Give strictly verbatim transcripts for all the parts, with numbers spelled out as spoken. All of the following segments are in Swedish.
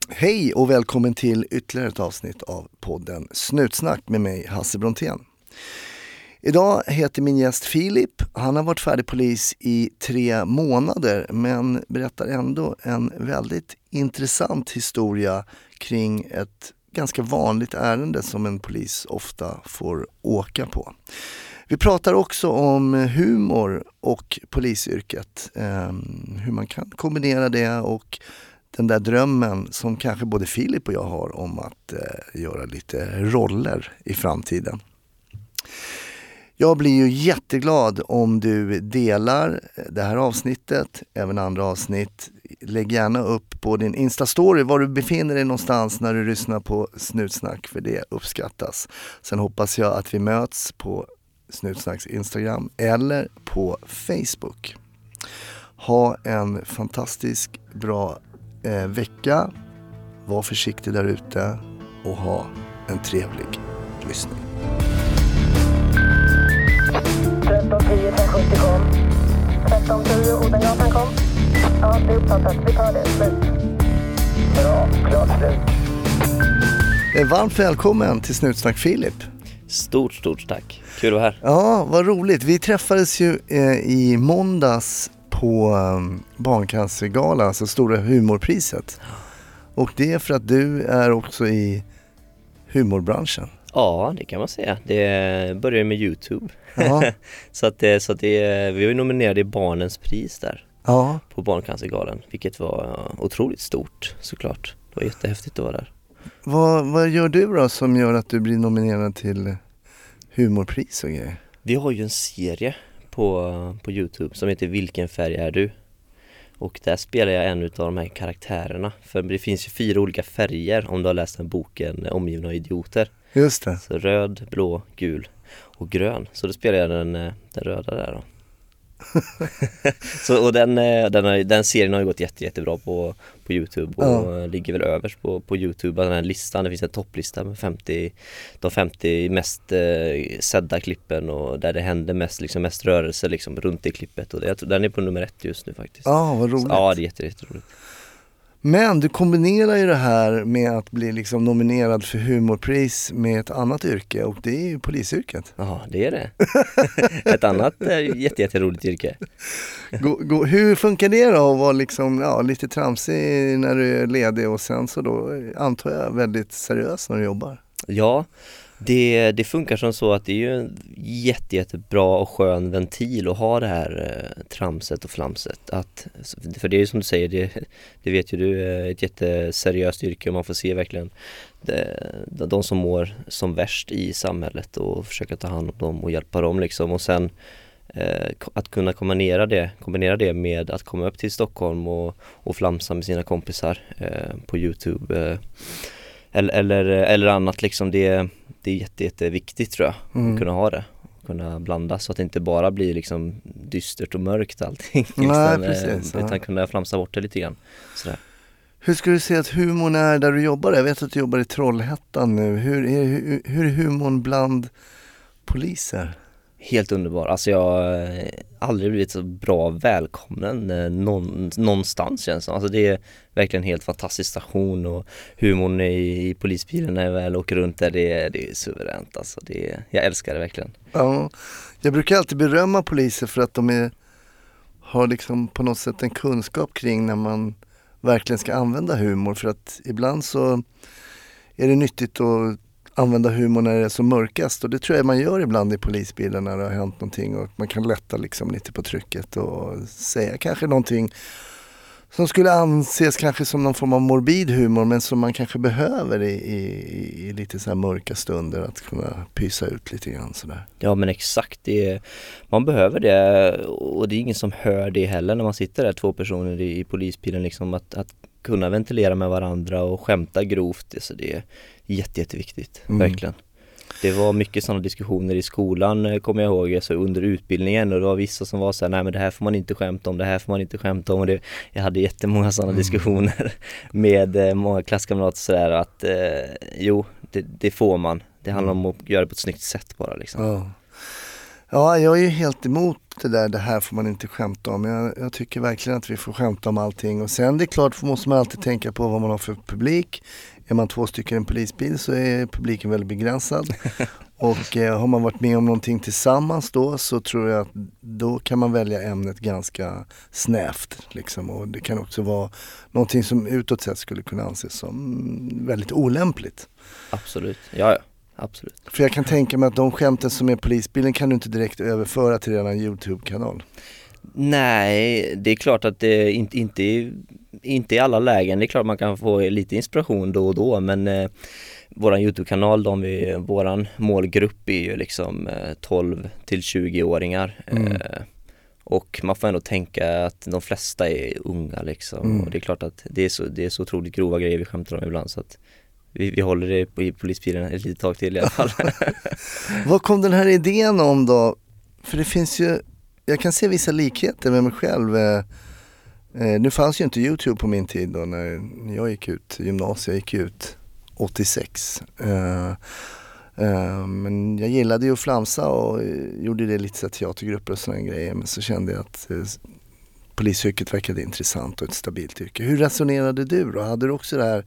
Hej och välkommen till ytterligare ett avsnitt av podden Snutsnack med mig, Hasse Brontén. Idag heter min gäst Filip. Han har varit färdig polis i tre månader men berättar ändå en väldigt intressant historia kring ett ganska vanligt ärende som en polis ofta får åka på. Vi pratar också om humor och polisyrket, eh, hur man kan kombinera det och den där drömmen som kanske både Filip och jag har om att eh, göra lite roller i framtiden. Jag blir ju jätteglad om du delar det här avsnittet, även andra avsnitt. Lägg gärna upp på din Insta-story var du befinner dig någonstans när du lyssnar på Snutsnack, för det uppskattas. Sen hoppas jag att vi möts på Snutsnacks Instagram eller på Facebook. Ha en fantastisk bra eh, vecka. Var försiktig där ute och ha en trevlig lyssning. tretton tio trehundrasjuttio kom. tretton tio Odengatan kom. Ja, det är uppfattat. Vi tar det. Slut. Bra. Klart slut. Eh, varmt välkommen till Snutsnack, Filip. Stort, stort tack. Kul att vara här. Ja, vad roligt. Vi träffades ju eh, i måndags på um, Barncancergalan, alltså stora humorpriset. Och det är för att du är också i humorbranschen. Ja, det kan man säga. Det började med YouTube. Ja. så att, det, så att det, vi var ju nominerade i Barnens pris där Ja. på Barncancergalan, vilket var otroligt stort såklart. Det var jättehäftigt att vara där. Vad, vad gör du då som gör att du blir nominerad till humorpris och grejer? Vi har ju en serie på, på YouTube som heter Vilken färg är du? Och där spelar jag en av de här karaktärerna. För det finns ju fyra olika färger om du har läst den boken Omgivna av idioter. Just det. Så röd, blå, gul och grön. Så då spelar jag den, den röda där då. så, och den, den, har, den serien har ju gått jätte, jättebra på, på YouTube och ja. Ligger väl överst på, på YouTube. Den här listan, det finns en topplista med femtio, de femtio mest eh, sedda klippen och där det händer mest, liksom, mest rörelse liksom, runt i klippet. Och det, den är på nummer ett just nu faktiskt. Ja, vad roligt. Så, ja, det är jätte, jätteroligt. Men du kombinerar ju det här med att bli liksom nominerad för humorpris med ett annat yrke, och det är ju polisyrket. Ja, det är det. Ett annat jätte, jätteroligt yrke. Gå, gå, hur funkar det då att vara liksom, ja, lite tramsig när du är ledig och sen så då antar jag väldigt seriös när du jobbar? Ja, det, det funkar som så att det är ju en jätte, jättebra och skön ventil att ha det här eh, tramset och flamset. Att, för det är ju som du säger, det, det vet ju du, är ett jätteseriöst yrke och man får se verkligen det, de som mår som värst i samhället och försöka ta hand om dem och hjälpa dem liksom. Och sen eh, att kunna kombinera det, kombinera det med att komma upp till Stockholm och, och flamsa med sina kompisar eh, på YouTube eh, Eller, eller, eller annat liksom, det, det är jätte, jätteviktigt tror jag, mm. att kunna ha det, kunna blanda så att det inte bara blir liksom dystert och mörkt allting. Nej, utan, precis, utan ja. kunna flamsa bort det lite grann. Sådär. Hur ska du säga att humorn är där du jobbar? Jag vet att du jobbar i Trollhättan nu. Hur är, hur, hur är humorn bland poliser? Helt underbar. Alltså jag har aldrig blivit så bra välkommen någon, någonstans känns det. Alltså det är verkligen en helt fantastisk station och humorn i, i polisbilen när jag väl åker runt där, det är, det är suveränt. Alltså det är, jag älskar det verkligen. Ja, jag brukar alltid berömma poliser för att de är, har liksom på något sätt en kunskap kring när man verkligen ska använda humor. För att ibland så är det nyttigt att använda humor när det är som mörkast, och det tror jag man gör ibland i polisbilen när det har hänt någonting och man kan lätta liksom lite på trycket och säga kanske någonting som skulle anses kanske som någon form av morbid humor men som man kanske behöver i, i, i lite så här mörka stunder, att kunna pysa ut lite grann sådär. Ja men exakt, det är, man behöver det och det är ingen som hör det heller när man sitter där två personer i, i polisbilen liksom, att, att kunna ventilera med varandra och skämta grovt, så det är jätte, jätteviktigt, mm. verkligen. Det var mycket sådana diskussioner i skolan, kommer jag ihåg, alltså under utbildningen, och det var vissa som var så här, nej men det här får man inte skämta om, det här får man inte skämta om, och det, jag hade jättemånga sådana mm. diskussioner med eh, många klasskamrater sådär att eh, jo, det, det får man. Det handlar om att göra det på ett snyggt sätt bara liksom. Ja. Ja, jag är ju helt emot det där, det här får man inte skämta om. Jag, jag tycker verkligen att vi får skämta om allting. Och sen det är klart måste man alltid tänka på vad man har för publik. Är man två stycken i en polisbil så är publiken väldigt begränsad. Och eh, har man varit med om någonting tillsammans då så tror jag att då kan man välja ämnet ganska snävt. Liksom. Och det kan också vara någonting som utåt sett skulle kunna anses som väldigt olämpligt. Absolut, ja ja. Absolut. För jag kan tänka mig att de skämten som är polisbilen kan du inte direkt överföra till en YouTube-kanal. Nej, det är klart att det inte, inte, inte i alla lägen. Det är klart man kan få lite inspiration då och då, men eh, våran YouTube-kanal, de vi, våran målgrupp är ju liksom eh, tolv till tjugo-åringar. Mm. Eh, och man får ändå tänka att de flesta är unga liksom. Mm. Och det är klart att det är så, det är så otroligt grova grejer vi skämtar om ibland, så att Vi, vi håller det på, i polisbilen ett litet tag till i alla fall. Vad kom den här idén om då? För det finns ju, jag kan se vissa likheter med mig själv. Eh, eh, nu fanns ju inte YouTube på min tid då när jag gick ut gymnasiet. Jag gick ut åttiosex. Eh, eh, men jag gillade ju att flamsa och gjorde det lite så teatergrupper och sådana grejer. Men så kände jag att eh, polisyrket verkade intressant och ett stabilt yrke. Hur resonerade du då? Hade du också det här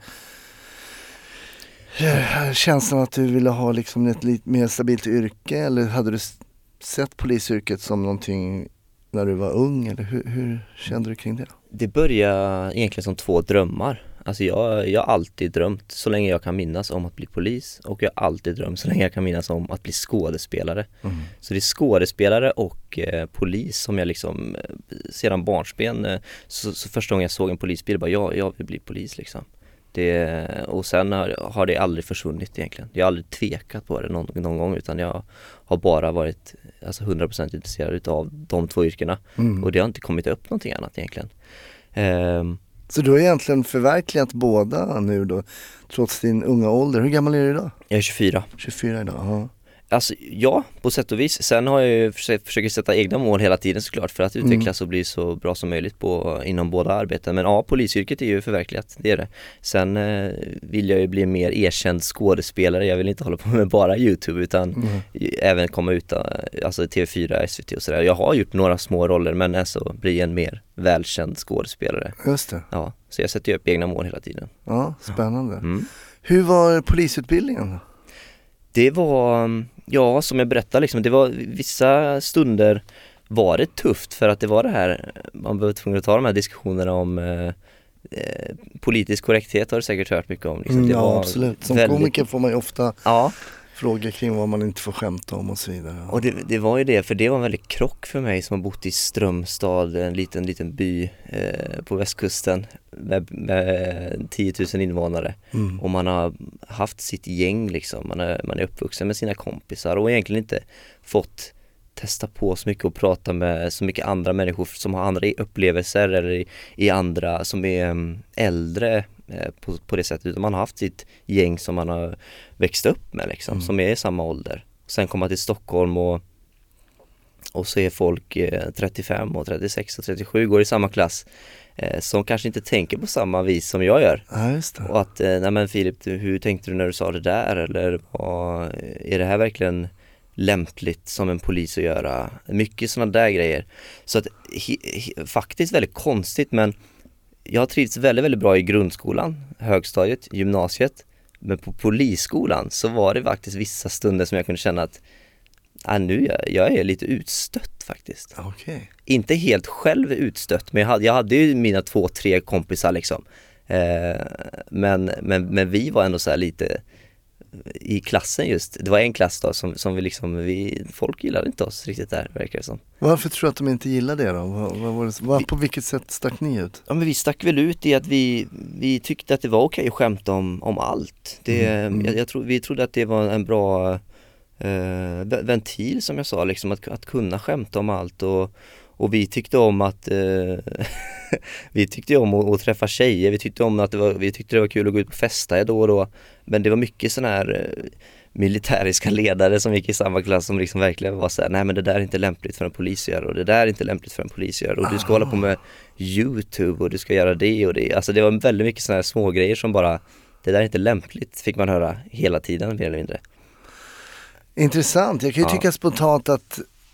känslan att du ville ha liksom ett lite mer stabilt yrke, eller hade du sett polisyrket som någonting när du var ung, eller hur, hur kände du kring det? Det började egentligen som två drömmar. Alltså jag, jag har alltid drömt så länge jag kan minnas om att bli polis, och jag har alltid drömt så länge jag kan minnas om att bli skådespelare. Mm. Så det är skådespelare och eh, polis som jag liksom eh, sedan barnsben eh, så, så första gången jag såg en polisbil bara jag, jag vill bli polis liksom. Det, och sen har, har det aldrig försvunnit egentligen. Jag har aldrig tvekat på det någon, någon gång, utan jag har bara varit alltså hundra procent intresserad av de två yrkena. Mm. Och det har inte kommit upp någonting annat egentligen. Um, Så du har egentligen förverkligat båda nu då, trots din unga ålder. Hur gammal är du idag? Jag är tjugofyra. tjugofyra idag, ja. Alltså ja, på sätt och vis. Sen har jag ju försökt, försökt sätta egna mål hela tiden såklart för att utvecklas mm. och bli så bra som möjligt på, inom båda arbeten. Men ja, polisyrket är ju förverkligat, det är det. Sen eh, vill jag ju bli mer erkänd skådespelare. Jag vill inte hålla på med bara YouTube, utan mm. även komma ut, alltså T V fyra, S V T och sådär. Jag har gjort några små roller, men alltså bli en mer välkänd skådespelare. Just det. Ja, så jag sätter ju upp egna mål hela tiden. Ja, spännande. Mm. Hur var polisutbildningen då? Det var, ja som jag berättade liksom, det var vissa stunder var det tufft för att det var det här, man var tvungen att ta de här diskussionerna om eh, politisk korrekthet har du säkert hört mycket om. Liksom. Mm, det ja var absolut, som väldigt... komiker får man ju ofta ja. frågor kring vad man inte får skämta om och så vidare. Ja. Och det, det var ju det, för det var en väldigt krock för mig som har bott i Strömstad, en liten, liten by eh, på västkusten med, med tio tusen invånare. Mm. Och man har haft sitt gäng liksom, man är, man är uppvuxen med sina kompisar och egentligen inte fått testa på så mycket och prata med så mycket andra människor som har andra upplevelser eller i, i andra som är um, äldre eh, på, på det sättet, utan man har haft sitt gäng som man har växt upp med liksom, mm. som är i samma ålder. Sen komma till Stockholm och och så är folk eh, trettiofem och trettiosex och trettiosju, går i samma klass eh, som kanske inte tänker på samma vis som jag gör. Ja, just det. Och att, eh, nej men Filip, hur tänkte du när du sa det där? Eller vad, är det här verkligen lämpligt som en polis att göra? Mycket sådana där grejer. Så att he, he, faktiskt väldigt konstigt, men jag har trivts väldigt, väldigt bra i grundskolan, högstadiet, gymnasiet. Men på polisskolan så var det faktiskt vissa stunder som jag kunde känna att ah, nu jag, jag är lite utstött faktiskt. Okay. Inte helt själv utstött, men jag hade, jag hade ju mina två, tre kompisar liksom. Eh, men, men, men vi var ändå så här lite i klassen just. Det var en klass då som, som vi liksom, vi, folk gillade inte oss riktigt där, verkar det som. Varför tror du att de inte gillade det då? Vad, vad var det, vad, på vilket sätt stack ni ut? Ja, men vi stack väl ut i att vi, vi tyckte att det var okej att skämta om, om allt. Det, mm. jag, jag tro, vi trodde att det var en bra eh, ventil, som jag sa, liksom, att, att kunna skämta om allt. Och, och vi tyckte om att eh, vi tyckte om att, att träffa tjejer. Vi tyckte om att det var, vi tyckte det var kul att gå ut på festa då och då. Men det var mycket sån här eh, militäriska ledare som gick i samma klass som liksom verkligen var så här: nej men det där är inte lämpligt för en polis att göra, och det där är inte lämpligt för en polis att göra, och du ska ah. hålla på med YouTube och du ska göra det och det. Alltså det var väldigt mycket såna här små grejer som bara, det där är inte lämpligt, fick man höra hela tiden mer eller mindre. Intressant. Jag kan ju ja. tycka spontant att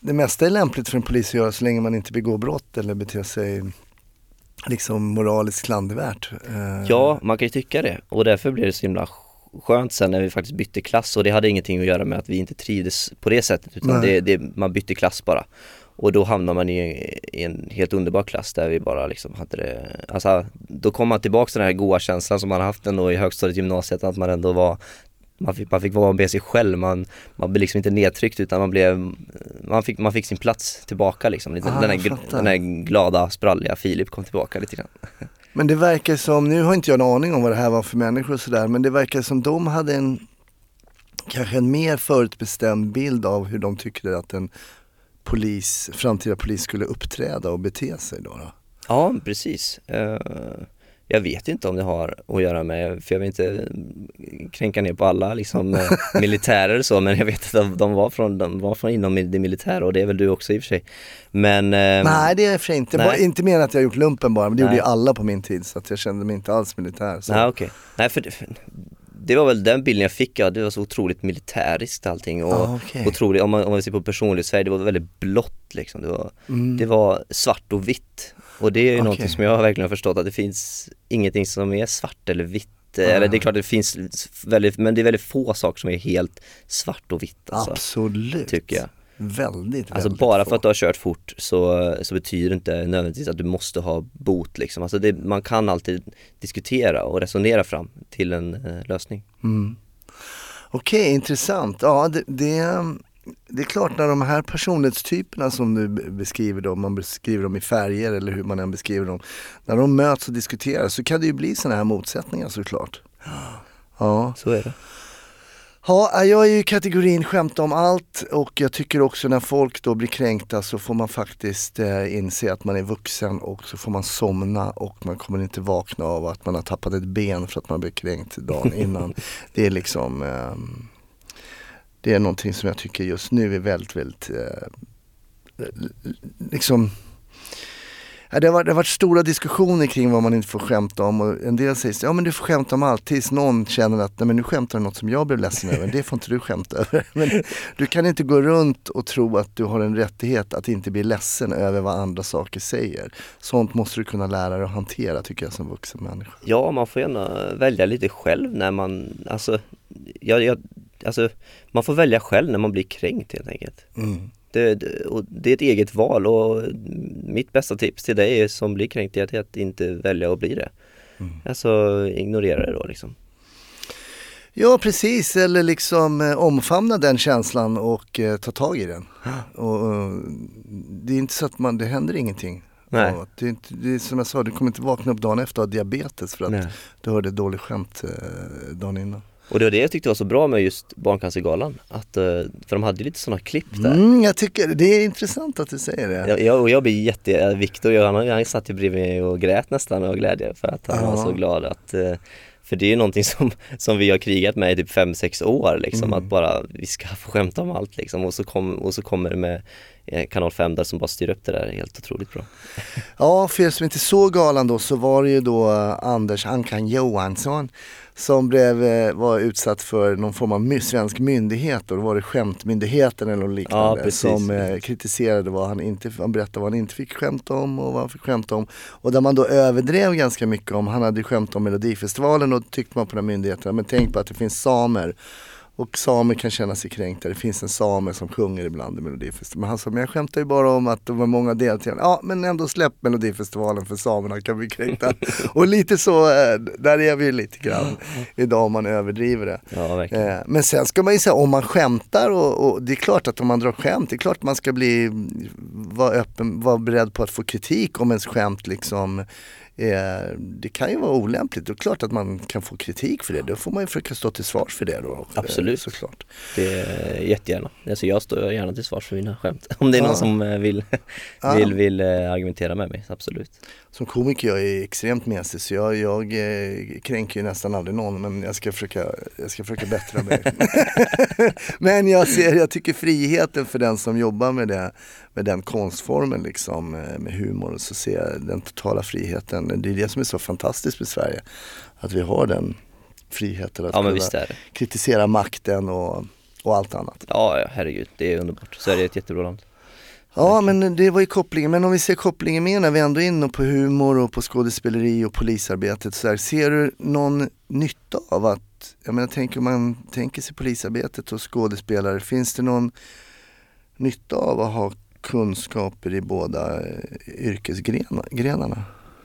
det mesta är lämpligt för en polis att göra så länge man inte begår brott eller beter sig liksom moraliskt klandervärt. Ja, man kan ju tycka det. Och därför blev det så himla skönt sen när vi faktiskt bytte klass. Och det hade ingenting att göra med att vi inte trivdes på det sättet. Utan det, det, man bytte klass bara. Och då hamnar man i, i en helt underbar klass där vi bara liksom hade det. Alltså, då kom man tillbaka till den här goda känslan som man haft ändå i högstadiet gymnasiet. Att man ändå var... Man fick, man fick vara med sig själv, man, man blev liksom inte nedtryckt utan man blev man fick, man fick sin plats tillbaka liksom. Lite, ah, den, här, den här glada, spralliga Filip kom tillbaka lite grann. Men det verkar som, nu har inte jag en aning om vad det här var för människor och sådär, men det verkar som de hade en kanske en mer förutbestämd bild av hur de tyckte att en polis, framtida polis skulle uppträda och bete sig då. då. Ja, precis. Uh... Jag vet inte om det har att göra med, för jag vill inte kränka ner på alla liksom, militärer och så, men jag vet att de var från, de var från inom det militära och det är väl du också i och för sig. Men, eh, nej, det är för sig inte. Bara, inte mer att jag har gjort lumpen bara, men det nej. gjorde ju alla på min tid så att jag kände mig inte alls militär. Så. Nej, okej. Okay. Nej, för, för det var väl den bilden jag fick, ja, det var så otroligt militäriskt allting och ah, okay. otroligt, om man, om man ser på personlighetsfärg, det var väldigt blått liksom, det var, mm. det var svart och vitt. Och det är ju okay. någonting som jag har verkligen förstått, att det finns ingenting som är svart eller vitt. Ah. Eller det är klart det finns väldigt, men det är väldigt få saker som är helt svart och vitt. Alltså, absolut. Tycker jag. Väldigt, alltså väldigt bara få. för att du har kört fort så, så betyder det inte nödvändigtvis att du måste ha bot liksom. Alltså det, man kan alltid diskutera och resonera fram till en eh, lösning. Mm. Okej, okay, intressant. Ja, det, det, det är klart när de här personlighetstyperna som du beskriver dem, man beskriver dem i färger eller hur man än beskriver dem, när de möts och diskuterar så kan det ju bli såna här motsättningar såklart. Ja, så är det. Ja, jag är ju i kategorin skämta om allt och jag tycker också när folk då blir kränkta så får man faktiskt eh, inse att man är vuxen och så får man somna och man kommer inte vakna av att man har tappat ett ben för att man blev kränkt dagen innan. Det är liksom, eh, det är någonting som jag tycker just nu är väldigt, väldigt, eh, liksom... Det har, varit, det har varit stora diskussioner kring vad man inte får skämta om och en del säger ja men du får skämta om allt tills någon känner att nej men nu skämtar du något som jag blev ledsen över, det får inte du skämta över. Men du kan inte gå runt och tro att du har en rättighet att inte bli ledsen över vad andra saker säger. Sånt måste du kunna lära dig att hantera tycker jag som vuxen människa. Ja, man får gärna välja lite själv när man, alltså, jag, jag, alltså man får välja själv när man blir kränkt helt enkelt. Mm. Det, och det är ett eget val och mitt bästa tips till dig som blir kränkt är att inte välja att bli det. Mm. Alltså ignorera det då liksom. Ja, precis. Eller liksom eh, omfamna den känslan och eh, ta tag i den. Och, och, det är inte så att man, det händer ingenting. Nej. Ja, det, är inte, det är som jag sa, du kommer inte vakna upp dagen efter och ha diabetes för att Nej. du hörde ett dåligt skämt eh, dagen innan. Och det var det jag tyckte var så bra med just Barncancergalan, att, för de hade lite sådana klipp där. Mm, jag tycker det är intressant att du säger det. Jag, jag, och jag blir jätte, Victor, han, han satt ju bredvid mig och grät nästan av glädje för att han ja. var så glad att, för det är ju någonting som, som vi har krigat med i typ fem sex år liksom, mm. att bara vi ska få skämta om allt liksom, och så, kom, och så kommer det med kanal fem där som bara styr upp det där helt otroligt bra. Ja, för er som inte såg galan då så var det ju då Anders Ankan Johansson som blev, var utsatt för någon form av my- svensk myndighet och då var det skämtmyndigheten eller något liknande ja, som eh, kritiserade vad han inte, han berättade vad han inte fick skämta om och vad han fick skämta om och där man då överdrev ganska mycket om, han hade skämt om Melodifestivalen och tyckte man på den myndigheten, men tänk på att det finns samer och samer kan känna sig kränkta. Det finns en same som sjunger ibland i Melodifestivalen. Men han sa, men jag skämtar ju bara om att det var många deltagare. Ja, men ändå släpp Melodifestivalen för samerna kan bli kränkta. Och lite så, där är vi lite grann idag om man överdriver det. Ja, verkligen. Men sen ska man ju säga, om man skämtar och, och det är klart att om man drar skämt, det är klart man ska bli, vara öppen, vara beredd på att få kritik om ens skämt liksom. Det kan ju vara olämpligt. Det är klart att man kan få kritik för det. Då får man ju försöka stå till svars för det då. Absolut. Såklart. Det är jättegärna. Alltså jag står gärna till svars för mina skämt. Om det är ja. någon som vill, ja. vill, vill argumentera med mig, absolut. Som komiker jag är extremt mesig så jag, jag kränker ju nästan aldrig någon, men jag ska försöka, jag ska försöka bättra mig. Men jag ser, jag tycker friheten för den som jobbar med det, med den konstformen liksom, med humor, och så ser jag den totala friheten. Det är det som är så fantastiskt med Sverige, att vi har den friheten att ja, kunna kritisera makten och, och allt annat. Ja, ja, herregud, det är underbart. Sverige är ett jättebra land. Ja, men det var ju kopplingen. Men om vi ser kopplingen med när vi ändå är inne på humor och på skådespeleri och polisarbetet så där, ser du någon nytta av att, jag menar, tänker man tänker sig polisarbetet och skådespelare, finns det någon nytta av att ha kunskaper i båda yrkesgrenarna?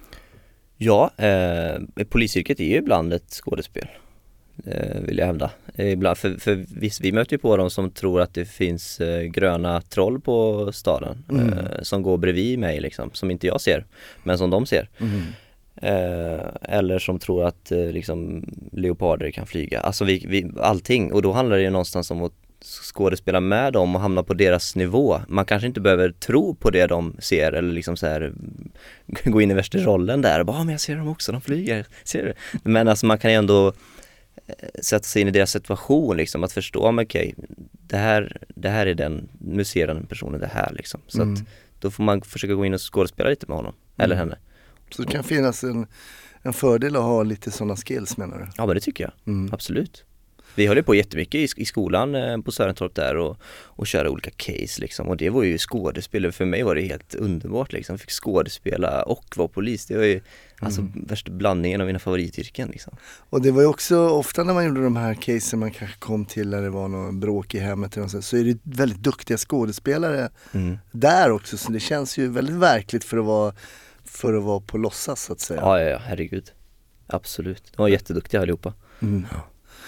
Ja, eh, polisyrket är ju ibland ett skådespel, eh, vill jag hävda. Ibland, för, för visst, vi möter ju på dem som tror att det finns eh, gröna troll på staden mm. eh, som går bredvid mig liksom, som inte jag ser, men som de ser. Mm. Eh, eller som tror att eh, liksom, leoparder kan flyga. Alltså vi, vi, allting, och då handlar det ju någonstans om att skådespela med dem och hamna på deras nivå. Man kanske inte behöver tro på det de ser eller liksom så här gå in i värsta rollen där och bara, ah, men jag ser dem också, de flyger, ser du? Men alltså man kan ju ändå sätta sig in i deras situation liksom, att förstå, men okej, det här, det här är den, nu ser den personen det här liksom. Så mm. att då får man försöka gå in och skådespela lite med honom, mm. eller henne. Så det kan finnas en, en fördel att ha lite sådana skills, menar du? Ja, men det tycker jag, mm. absolut. Vi höll på jättemycket i, i skolan eh, på Sörentorp där och, och köra olika case liksom. Och det var ju skådespel. För mig var det helt underbart liksom. Jag fick skådespela och vara polis. Det var ju mm. alltså värsta blandningen av mina favorityrken liksom. Och det var ju också ofta när man gjorde de här casen man kanske kom till när det var någon bråk i hemmet eller något, så är det väldigt duktiga skådespelare mm. där också. Så det känns ju väldigt verkligt för att vara, för att vara på låtsas så att säga. Ja, ja, ja, herregud. Absolut. De var jätteduktiga allihopa. Mm. Ja.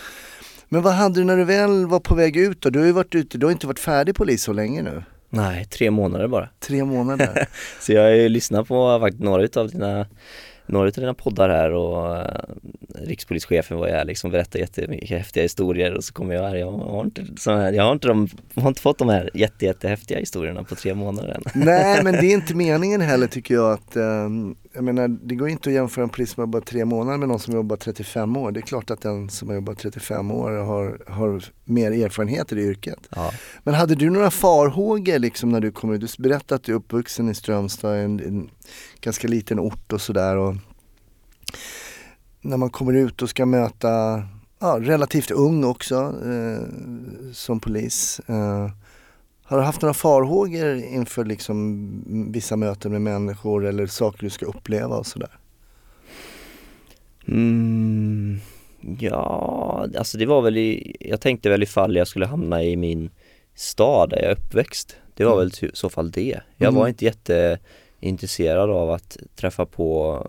Men vad hade du när du väl var på väg ut då? Du har ju varit ute, du har inte varit färdig polis så länge nu. Nej, tre månader bara. Tre månader. Så jag har ju lyssnat på faktiskt några av dina, några av dina poddar här och uh, rikspolischefen var jag liksom berättar jättemycket häftiga historier och så kommer jag här, jag har inte, så här, jag har inte, de, har inte fått de här jätte, jättehäftiga historierna på tre månader än. Nej, men det är inte meningen heller tycker jag att, um, jag menar, det går inte att jämföra en polis som har jobbat tre månader med någon som har jobbat trettiofem år. Det är klart att den som har jobbat trettiofem år har, har mer erfarenheter i yrket. Ja. Men hade du några farhågor liksom när du kom ut? Du berättade att du är uppvuxen i Strömstad, en, en ganska liten ort och sådär, och när man kommer ut och ska möta ja, relativt ung också eh, som polis. Eh, har du haft några farhågor inför liksom vissa möten med människor eller saker du ska uppleva och sådär? Mm, ja, alltså det var väl i, jag tänkte väl ifall jag skulle hamna i min stad där jag är uppväxt. Det var mm. väl i så fall det. Jag mm. var inte jätteintresserad av att träffa på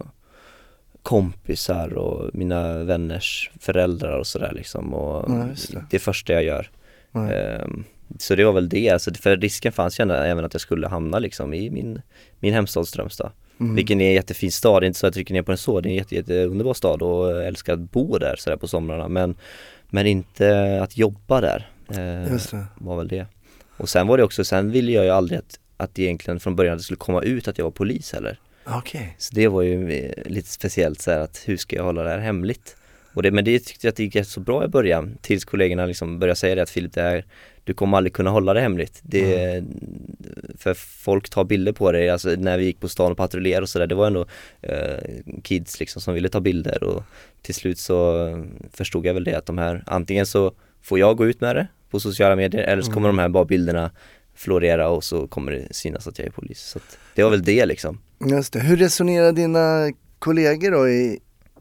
kompisar och mina vänners föräldrar och sådär liksom, och ja, det. det första jag gör. Um, så det var väl det, alltså, för risken fanns ju även att jag skulle hamna liksom i min, min hemstad Strömstad. Mm. Vilken är en jättefin stad, det är inte så att jag trycker ner på den så, det är en jätte, jätte underbar stad och älskar att bo där sådär på somrarna, men, men inte att jobba där. Uh, Just det. Var väl det. Och sen var det också, sen ville jag ju aldrig att, att egentligen från början det skulle komma ut att jag var polis heller. Okay. Så det var ju lite speciellt så här, att hur ska jag hålla det här hemligt? Och det, men det tyckte jag att det gick så bra i början, tills kollegorna liksom började säga det, att Filip, det här, du kommer aldrig kunna hålla det hemligt. Det, mm. För folk tar bilder på dig, alltså när vi gick på stan och patrullerade och sådär, det var ändå eh, kids liksom som ville ta bilder, och till slut så förstod jag väl det, att de här, antingen så får jag gå ut med det på sociala medier, eller så kommer mm. de här bara bilderna florera och så kommer det synas att jag är polis. Så att det var väl det liksom. Just det. Hur resonerar dina kollegor då i,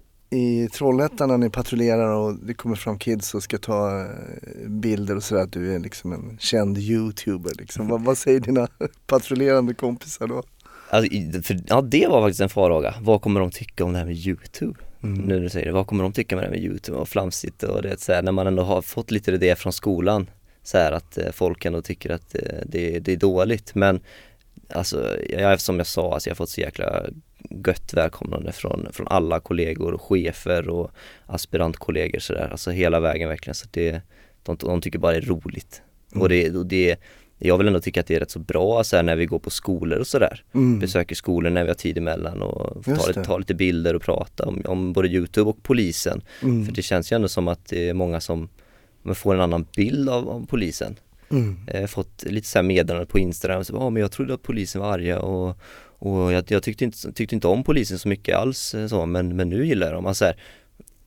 i Trollhättan när ni patrullerar och det kommer fram kids och ska ta bilder och sådär, att du är liksom en känd YouTuber liksom. vad, vad säger dina patrullerande kompisar då? Alltså, för, ja, det var faktiskt en farhåga. Vad kommer de tycka om det här med YouTube? Mm. Nu när du säger det, vad kommer de tycka med det här med YouTube och flamsigt och det, så här, när man ändå har fått lite det från skolan, så här, att eh, folk ändå tycker att eh, det, det är dåligt. Men alltså, jag, som jag sa, alltså, jag har fått så jäkla gött välkomnande från, från alla kollegor och chefer och aspirantkollegor så där, alltså hela vägen verkligen, så det, de, de tycker bara det är roligt. Mm. Och, det, och det, jag vill ändå tycka att det är rätt så bra så här, när vi går på skolor och sådär, mm. besöker skolor när vi har tid emellan och tar lite, tar lite bilder och prata om, om både YouTube och polisen. Mm. För det känns ju ändå som att det är många som man får en annan bild av, av polisen. Mm. Jag har fått lite så här meddelanden på Instagram, så, ah, men jag trodde att polisen var arga och, och jag, jag tyckte, inte, tyckte inte om polisen så mycket alls, så, men, men nu gillar jag dem. Alltså här,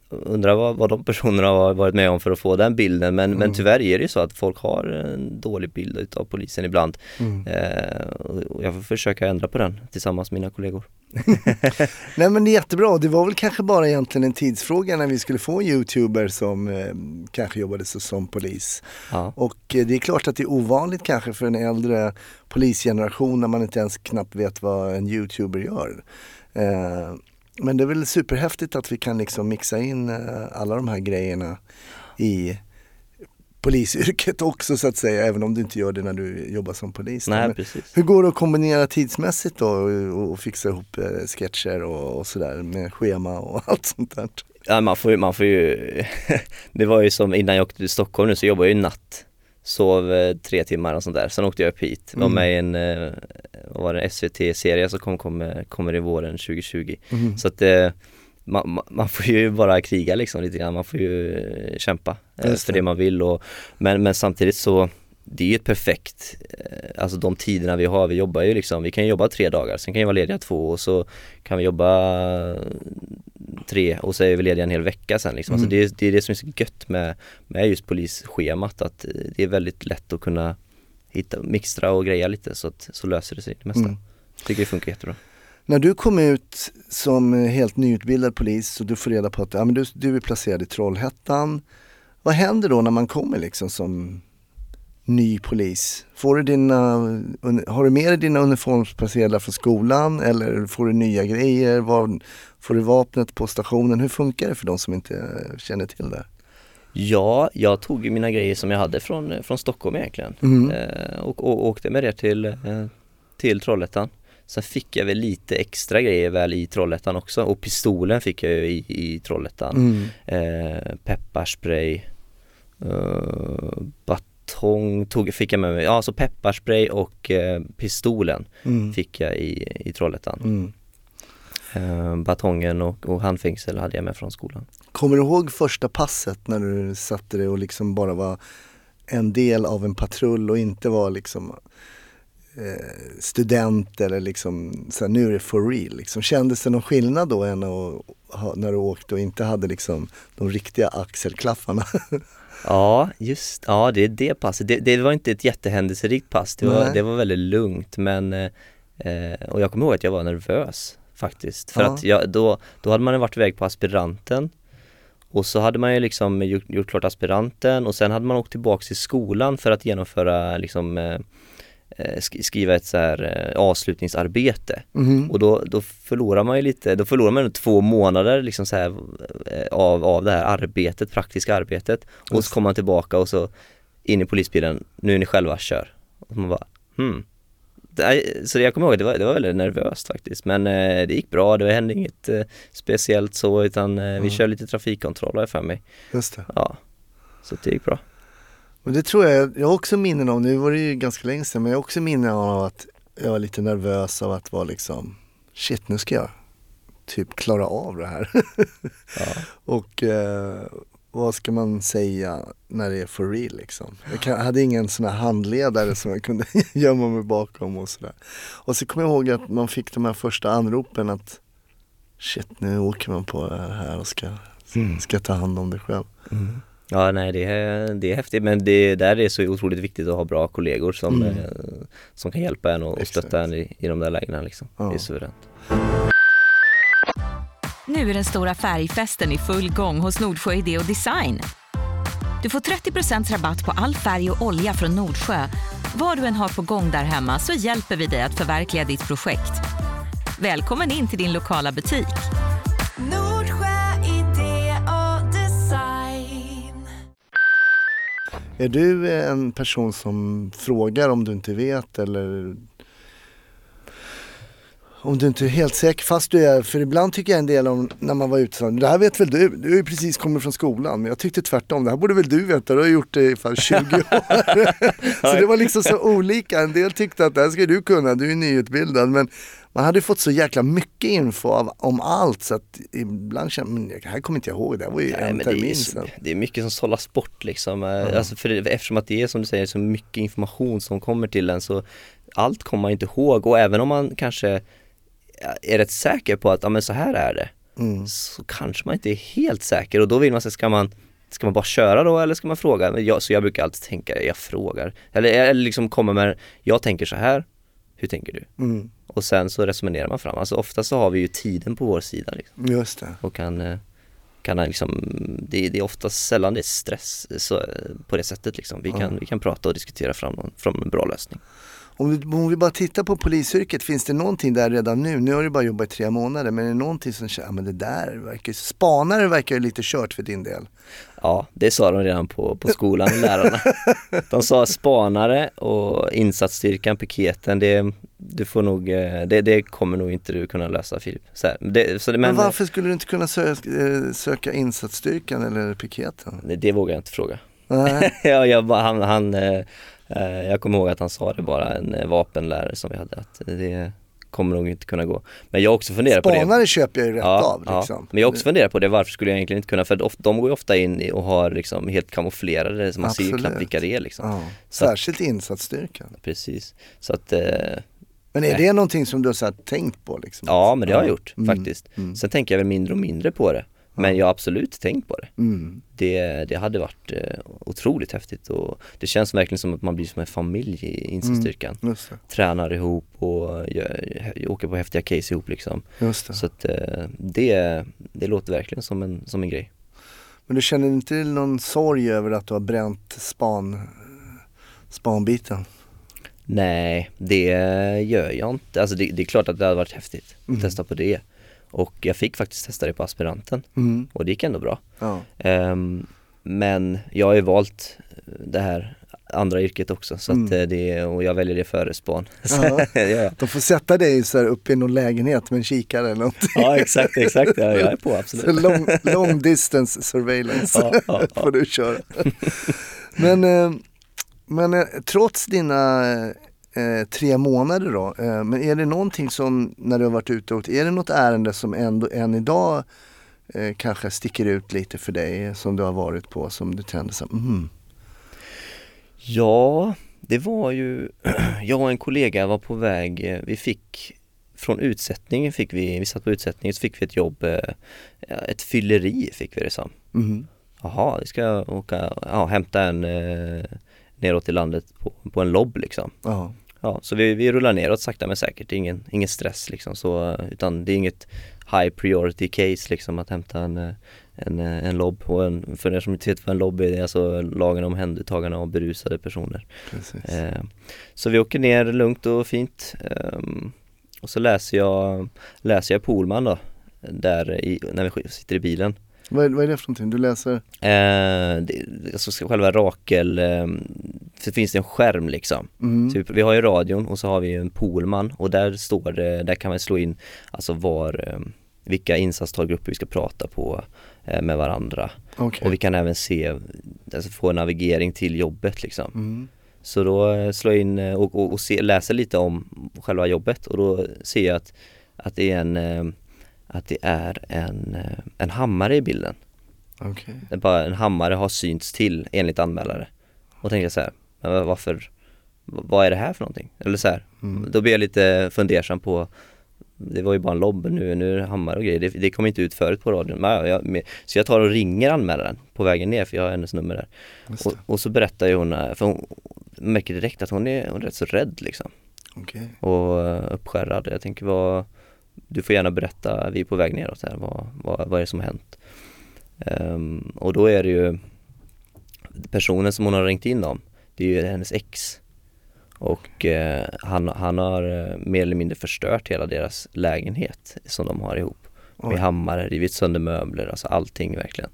undrar vad, vad de personerna har varit med om för att få den bilden. Men, mm. men tyvärr är det ju så att folk har en dålig bild av polisen ibland. Mm. Eh, och jag får försöka ändra på den tillsammans med mina kollegor. Nej, men det är jättebra. Det var väl kanske bara egentligen en tidsfråga när vi skulle få en YouTuber som eh, kanske jobbade som polis. Ja. Och eh, det är klart att det är ovanligt kanske för en äldre polisgeneration när man inte ens knappt vet vad en YouTuber gör. Eh, men det är väl superhäftigt att vi kan liksom mixa in eh, alla de här grejerna i polisyrket också så att säga, även om du inte gör det när du jobbar som polis. Nej, precis. Hur går det att kombinera tidsmässigt då och, och fixa ihop eh, sketcher och, och sådär med schema och allt sånt där? Ja, man får ju, man får ju det var ju som innan jag åkte till Stockholm nu så jobbade jag ju natt. Sov eh, tre timmar och sånt där. Sen åkte jag upp hit. Var med i en, eh, var det en S V T-serie som kom, kom, kommer i våren tjugo tjugo. Mm. Så att eh, Man, man får ju bara kriga liksom lite grann, man får ju kämpa eh, för det man vill och, men, men samtidigt så det är ju ett perfekt eh, alltså de tiderna vi har, vi jobbar ju liksom, vi kan ju jobba tre dagar, sen kan vi vara lediga två och så kan vi jobba tre och så är vi lediga en hel vecka sen liksom. Mm. Alltså det, det är det som är så gött med, med just polisschemat, att det är väldigt lätt att kunna hitta, mixtra och greja lite så att så löser det sig det mesta. Mm. Tycker det funkar jättebra. När du kom ut som helt nyutbildad polis och du får reda på att ja, men du, du är placerad i Trollhättan. Vad händer då när man kommer liksom som ny polis? Får du dina, har du med dig dina uniformsplacerade från skolan eller får du nya grejer? Var, får du vapnet på stationen? Hur funkar det för de som inte känner till det? Ja, jag tog mina grejer som jag hade från, från Stockholm egentligen mm. eh, och, och åkte med det till, eh, till Trollhättan. Sen fick jag väl lite extra grejer väl i Trollhättan också. Och pistolen fick jag ju i, i Trollhättan. Mm. Eh, pepparspray. Eh, batong tog, fick jag med mig. Ja, så pepparspray och eh, pistolen mm. fick jag i, i Trollhättan. Mm. Eh, batongen och, och handfängsel hade jag med från skolan. Kommer du ihåg första passet när du satte dig och liksom bara var en del av en patrull och inte var liksom student eller liksom så här, nu är det for real liksom. Kändes det någon skillnad då än att ha, när du åkte och inte hade liksom de riktiga axelklaffarna? Ja, just ja, det är det passet. Det, det var inte ett jättehändelserikt pass. Det var, det var väldigt lugnt men eh, och jag kommer ihåg att jag var nervös faktiskt för ja. att jag, då, då hade man varit iväg på aspiranten och så hade man ju liksom gjort, gjort klart aspiranten och sen hade man åkt tillbaka till skolan för att genomföra liksom eh, skriva ett så här eh, avslutningsarbete mm. och då, då förlorar man ju lite då förlorar man två månader liksom så här, eh, av, av det här arbetet, praktiska arbetet och så kommer man tillbaka och så in i polisbilen, nu är ni själva kör och man bara, hmm det, så jag kommer ihåg, det var, det var väldigt nervöst faktiskt men eh, det gick bra, det hände inget eh, speciellt så utan eh, vi mm. kör lite trafikkontroll här för mig. Just det. Ja, så det gick bra. Och det tror jag, jag har också minnen om, nu var det ju ganska länge sedan, men jag har också minnen av att jag var lite nervös av att vara liksom, shit nu ska jag typ klara av det här. Ja. Och eh, vad ska man säga när det är for real liksom. Jag, kan, jag hade ingen sån här handledare som jag kunde gömma mig bakom och sådär. Och så kommer jag ihåg att man fick de här första anropen att shit nu åker man på det här och ska, mm. ska ta hand om det själv. Mm. Ja, nej, det är, det är häftigt men det där är så otroligt viktigt att ha bra kollegor som, mm. eh, som kan hjälpa en och, och stötta en i, i de där lägena liksom. Ja. Det är suveränt. Nu är den stora färgfesten i full gång hos Nordsjö Idé och Design. Du får trettio procent rabatt på all färg och olja från Nordsjö. Vad du än har på gång där hemma så hjälper vi dig att förverkliga ditt projekt. Välkommen in till din lokala butik. Är du en person som frågar om du inte vet eller om du inte är helt säker fast du är, för ibland tycker jag en del om när man var ute så, det här vet väl du, du är ju precis kommit från skolan men jag tyckte tvärtom, det här borde väl du veta, du har gjort det i fall tjugo år. Så det var liksom så olika, en del tyckte att det här ska du kunna, du är nyutbildad men man hade fått så jäkla mycket info av, om allt så att ibland känner man, det här kommer inte jag ihåg, det var ju Nej, en termin det är, sedan. Det är mycket som sållas bort liksom, mm. alltså för, eftersom att det är som du säger så mycket information som kommer till en så allt kommer man inte ihåg och även om man kanske är rätt säker på att ja, men så här är det mm. så kanske man inte är helt säker. Och då vill man säga, ska man, ska man bara köra då eller ska man fråga? Jag, så jag brukar alltid tänka, jag frågar. Eller, eller liksom kommer med, jag tänker så här, hur tänker du? Mm. Och sen så resonerar man fram. Alltså ofta så har vi ju tiden på vår sida. Liksom. Just det. Och kan, kan liksom, det, det är ofta sällan det är stress så, på det sättet. Liksom. Vi, kan, ja. vi kan prata och diskutera fram, någon, fram en bra lösning. Om vi, om vi bara tittar på polisyrket, finns det någonting där redan nu? Nu har du bara jobbat i tre månader, men är det någonting som känner, ja, men det där verkar, spanare verkar ju lite kört för din del. Ja, det sa de redan på, på skolan, lärarna. De sa spanare och insatsstyrkan, piketen, det, du får nog, det, det kommer nog inte du kunna lösa, Filip. Så här, det, så det, men, men varför skulle du inte kunna söka, söka insatsstyrkan eller piketen? Det, det vågar jag inte fråga. Nej. ja, jag, han, han, jag kommer ihåg att han sa det bara, en vapenlärare som vi hade, att det kommer nog inte kunna gå. Men jag också funderar på det. Spanare köper jag ju rätt ja, av. Liksom. Ja. Men jag också funderar på det, varför skulle jag egentligen inte kunna? För de går ju ofta in och har liksom helt kamouflerade, så man Absolut. ser ju knappt vilka det är. Liksom. Ja. Särskilt insatsstyrkan. Precis. Så att, eh, men är det någonting som du har så här tänkt på? Liksom? Ja, men det har jag gjort mm. faktiskt. Mm. Sen tänker jag väl mindre och mindre på det. Men jag har absolut tänkt på det. Mm. Det, det hade varit eh, otroligt häftigt. Och det känns verkligen som att man blir som en familj i insatsstyrkan. Mm. Tränar ihop och gör, åker på häftiga case ihop. Liksom. Just det. Så att, eh, det, det låter verkligen som en, som en grej. Men du känner inte någon sorg över att du har bränt span, spanbiten? Nej, det gör jag inte. Alltså det, det är klart att det hade varit häftigt att mm. testa på det. Och jag fick faktiskt testa det på aspiranten. Mm. Och det gick ändå bra. Ja. Um, men jag har ju valt det här andra yrket också. Så mm. att det, och jag väljer det före span. Ja. ja, ja. De får sätta dig så här uppe i någon lägenhet med en kikare eller någonting. Ja, exakt, exakt. Ja, jag är på, absolut. Så long, long distance surveillance ja, ja, ja. får du köra. Men, men trots dina eh, tre månader då, eh, men är det någonting som när du har varit ute och är det något ärende som ändå än idag eh, kanske sticker ut lite för dig som du har varit på, som du tänder så mm. Ja, det var ju, jag och en kollega var på väg, vi fick från utsättningen fick vi, vi satt på utsättningen så fick vi ett jobb, ett fylleri fick vi det som. Mm. Jaha, vi ska åka, ja, hämta en eh, neråt i landet på, på en lobb liksom. Ja. Ja, så vi, vi rullar neråt sakta men säkert, det är ingen, ingen stress liksom, så, utan det är inget high priority case liksom att hämta en, en, en lobb. Och en, för er som inte vet vad en lobb är, det är alltså lagen om händeltagande av berusade personer. Eh, så vi åker ner lugnt och fint eh, och så läser jag, läser jag Polman då, där i, när vi sitter i bilen. Vad är, vad är det för någonting? Du läser? Eh, det, alltså själva Rakel, eh, så finns det en skärm liksom. Mm. Så vi, vi har ju radion och så har vi en Polman och där står det, där kan man slå in alltså var, eh, vilka insatstalgrupper vi ska prata på eh, med varandra. Okay. Och vi kan även se, alltså få en navigering till jobbet liksom. Mm. Så då eh, slår jag in och, och, och se, läser lite om själva jobbet och då ser jag att, att det är en eh, att det är en, en hammare i bilden. Okay. Det är bara en hammare har synts till enligt anmälare. Och tänkte jag så här, men varför, vad är det här för någonting? Eller så här, mm. då blir jag lite fundersam på, det var ju bara en lobb, nu, nu är det hammare och grejer. Det, det kom inte ut förut på radion. Men jag, så jag tar och ringer anmälaren på vägen ner, för jag har hennes nummer där. Och, och så berättar ju hon, för hon märker direkt att hon är, hon är rätt så rädd liksom. Okay. Och uppskärrad. Jag tänker, vad, du får gärna berätta, vi är på väg neråt här, vad, vad, vad är det som har hänt? Um, och då är det ju personen som hon har ringt in om, det är ju hennes ex. Och eh, han, han har eh, mer eller mindre förstört hela deras lägenhet som de har ihop. Oj. Med hammare, rivit sönder möbler, alltså allting verkligen.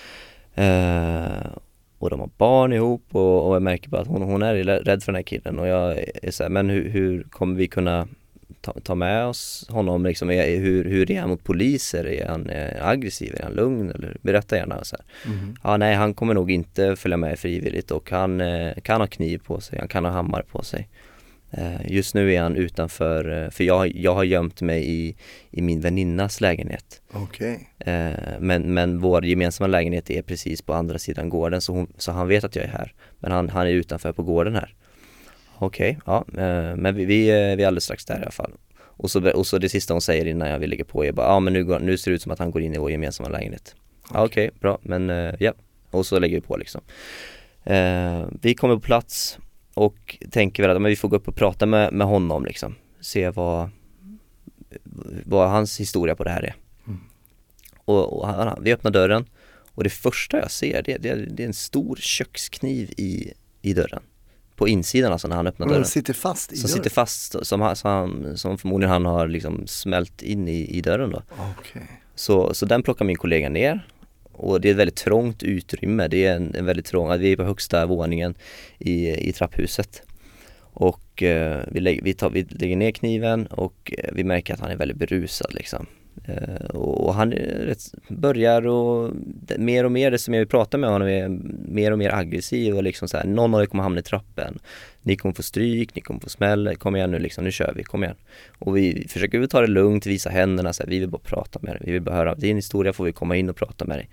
Eh, och de har barn ihop och, och jag märker bara att hon, hon är rädd för den här killen. Och jag är så här, men hur, hur kommer vi kunna ta, ta med oss honom? Liksom, är, hur, hur är han mot poliser? Är han eh, aggressiv? Är han lugn? Eller, berätta gärna. Så här. Mm. Ja, nej, han kommer nog inte följa med frivilligt och han eh, kan ha kniv på sig, han kan ha hammare på sig. Eh, just nu är han utanför, för jag, jag har gömt mig i, i min väninnas lägenhet. Okay. Eh, men, men vår gemensamma lägenhet är precis på andra sidan gården, så, hon, så han vet att jag är här. Men han, han är utanför på gården här. Okej, okay, ja, eh, men vi, vi, vi är alldeles strax där i alla fall. Och så, och så det sista hon säger innan jag vill lägga på är bara, ja ah, men nu, går, nu ser det ut som att han går in i vår gemensamma lägenhet. Ja ah, okej, okay, bra, men uh, ja. Och så lägger vi på liksom. Uh, vi kommer på plats och tänker väl att men vi får gå upp och prata med, med honom liksom. Se vad, vad hans historia på det här är. Mm. Och, och han, vi öppnar dörren och det första jag ser det, det, det är en stor kökskniv i, i dörren. På insidan alltså när han öppnar dörren. Som sitter fast i som dörren? sitter fast, som, som, som förmodligen han har liksom smält in i, i dörren då. Okay. Så, så den plockar min kollega ner. Och det är ett väldigt trångt utrymme. Det är en, en väldigt trång, vi är på högsta våningen i, i trapphuset. Och eh, vi, lägger, vi, tar, vi lägger ner kniven och eh, vi märker att han är väldigt berusad liksom. Eh, och, och han rätt, börjar och mer och mer, det som jag vill prata med honom är mer och mer aggressiv och liksom så här, någon av er kommer hamna i trappen. Ni kommer få stryk, ni kommer få smäll, kom igen nu liksom, nu kör vi, kom igen. Och vi försöker ta det lugnt, visa händerna så här, vi vill bara prata med dig, vi vill bara höra din historia, får vi komma in och prata med dig.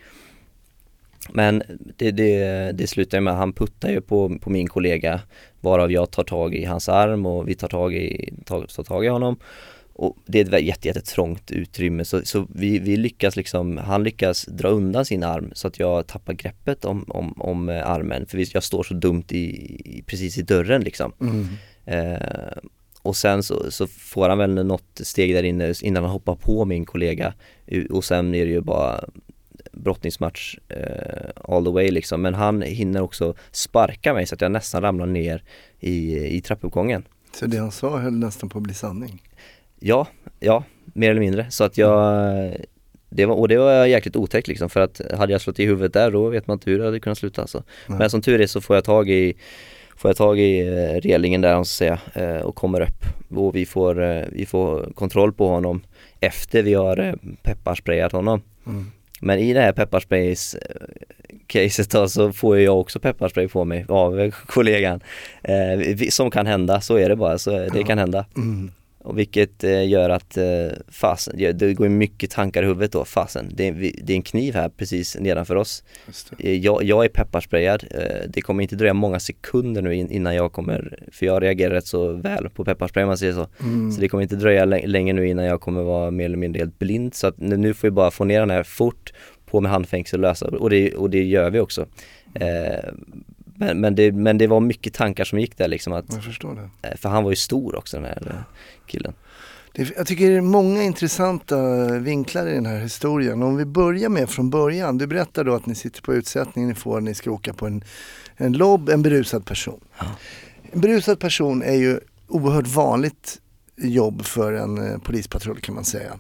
Men det, det, det slutar med att han puttar ju på, på min kollega, varav jag tar tag i hans arm och vi tar tag i, tar, tar tag i honom. Och det är ett jätte, jätte trångt utrymme så, så vi, vi lyckas liksom, han lyckas dra undan sin arm så att jag tappar greppet om, om, om armen för jag står så dumt i, i, precis i dörren liksom. Mm. Eh, och sen så, så får han väl något steg där inne innan han hoppar på min kollega och sen är det ju bara brottningsmatch eh, all the way liksom, men han hinner också sparka mig så att jag nästan ramlar ner i, i trappuppgången. Så det han sa höll nästan på att bli sanning? Ja, ja, mer eller mindre. Så att jag, det var, och det var jäkligt otäckt liksom, för att hade jag slått i huvudet där då vet man inte hur det hade kunnat sluta alltså. Men som tur är så får jag tag i får jag tag i relingen där, så att säga, och kommer upp och vi får, vi får kontroll på honom efter vi har pepparsprayat honom. Mm. Men i det här pepparsprays caset då, så får jag också pepparspray på mig av kollegan. Eh, som kan hända, så är det bara, så det ja. kan hända. Mm. Och vilket eh, gör att eh, fasen, det går mycket tankar i huvudet då, fasen, det är, det är en kniv här precis nedanför oss. Eh, jag, jag är pepparsprayad, eh, det kommer inte dröja många sekunder nu in, innan jag kommer, för jag reagerar rätt så väl på pepparspray, man säger så. Mm. Så det kommer inte dröja l- länge nu innan jag kommer vara mer eller mindre helt blind, så att nu, nu får vi bara få ner den här fort, på med handfängsel och lösa, och det, och det gör vi också. Eh, Men, men, det, men det var mycket tankar som gick där liksom att, jag förstår det. För han var ju stor också, den här killen. Det, jag tycker det är många intressanta vinklar i den här historien. Om vi börjar med från början. Du berättar då att ni sitter på utsättning, ni får, ni ska åka på en, en lobb, en berusad person. Ja. En berusad person är ju oerhört vanligt jobb för en eh, polispatrull, kan man säga.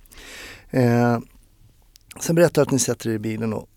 Mm. Eh, sen berättar du att ni sätter er i bilen och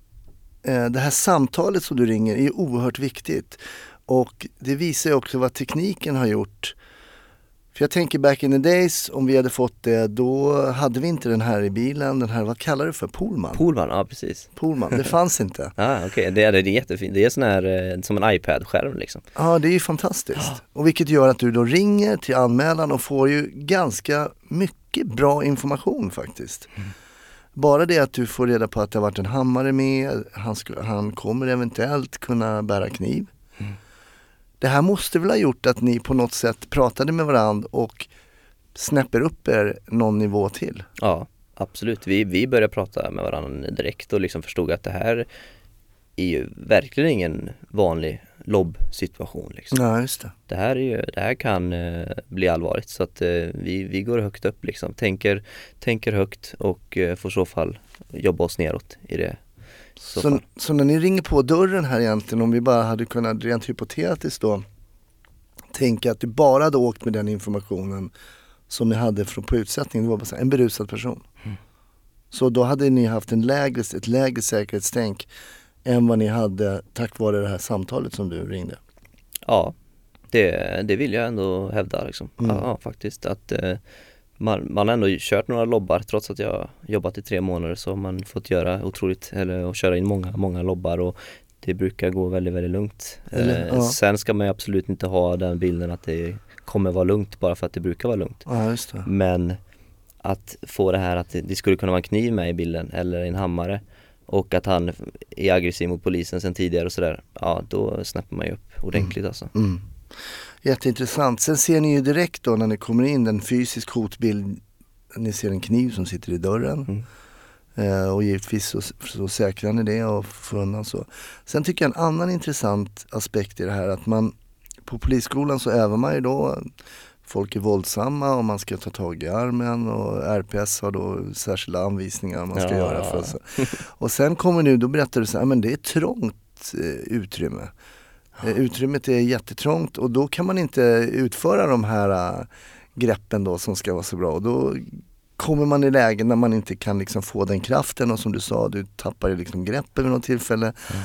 det här samtalet som du ringer är oerhört viktigt, och det visar ju också vad tekniken har gjort. För jag tänker back in the days, om vi hade fått det, då hade vi inte den här i bilen, den här, vad kallar du för, Polman? Polman, ja precis. Polman, det fanns inte. Ja, okej, okay. det, är, det är jättefint, det är sån här, som en iPad-skärm liksom. Ja, det är ju fantastiskt. Och vilket gör att du då ringer till anmälan och får ju ganska mycket bra information faktiskt. Mm. Bara det att du får reda på att det har varit en hammare med, han, ska, han kommer eventuellt kunna bära kniv. Mm. Det här måste väl ha gjort att ni på något sätt pratade med varandra och snäpper upp er någon nivå till? Ja, absolut. Vi, vi började prata med varandra direkt och liksom förstod att det här är ju verkligen ingen vanlig lobbsituation liksom. Ja, just det. Det här, är ju, det här kan eh, bli allvarligt, så att eh, vi, vi går högt upp liksom, tänker, tänker högt och eh, får så fall jobba oss neråt i det. Så, så, så när ni ringer på dörren här egentligen, om vi bara hade kunnat rent hypotetiskt då tänka att du bara hade åkt med den informationen som ni hade från på utsättningen, det var bara så här, en berusad person. Mm. Så då hade ni haft en lägre, ett lägre säkerhetstänk än vad ni hade tack vare det här samtalet som du ringde. Ja, det, det vill jag ändå hävda liksom. Mm. Ja, faktiskt att eh, man, man har ändå kört några lobbar, trots att jag jobbat i tre månader så har man fått göra otroligt, eller och köra in många, många lobbar, och det brukar gå väldigt, väldigt lugnt. Eller, eh, ja. Sen ska man ju absolut inte ha den bilden att det kommer vara lugnt bara för att det brukar vara lugnt. Ja, just det. Men att få det här att det, det skulle kunna vara en kniv med i bilden eller en hammare, och att han är aggressiv mot polisen sen tidigare och sådär, ja då snappar man ju upp ordentligt. Mm. alltså. Mm. Jätteintressant. Sen ser ni ju direkt då när ni kommer in en fysisk hotbild. Ni ser en kniv som sitter i dörren. Mm. Eh, och givetvis så, så säkrar ni det och får undan så. Sen tycker jag en annan intressant aspekt i det här att man på polisskolan så övar man ju då, folk är våldsamma och man ska ta tag i armen och R P S har då särskilda anvisningar man ska ja. göra för sig. Och sen kommer nu, då berättar du så här, men det är trångt eh, utrymme. Ja. Eh, utrymmet är jättetrångt och då kan man inte utföra de här äh, greppen då som ska vara så bra och då kommer man i lägen när man inte kan liksom få den kraften och som du sa, du tappar liksom greppet vid något tillfälle. Mm.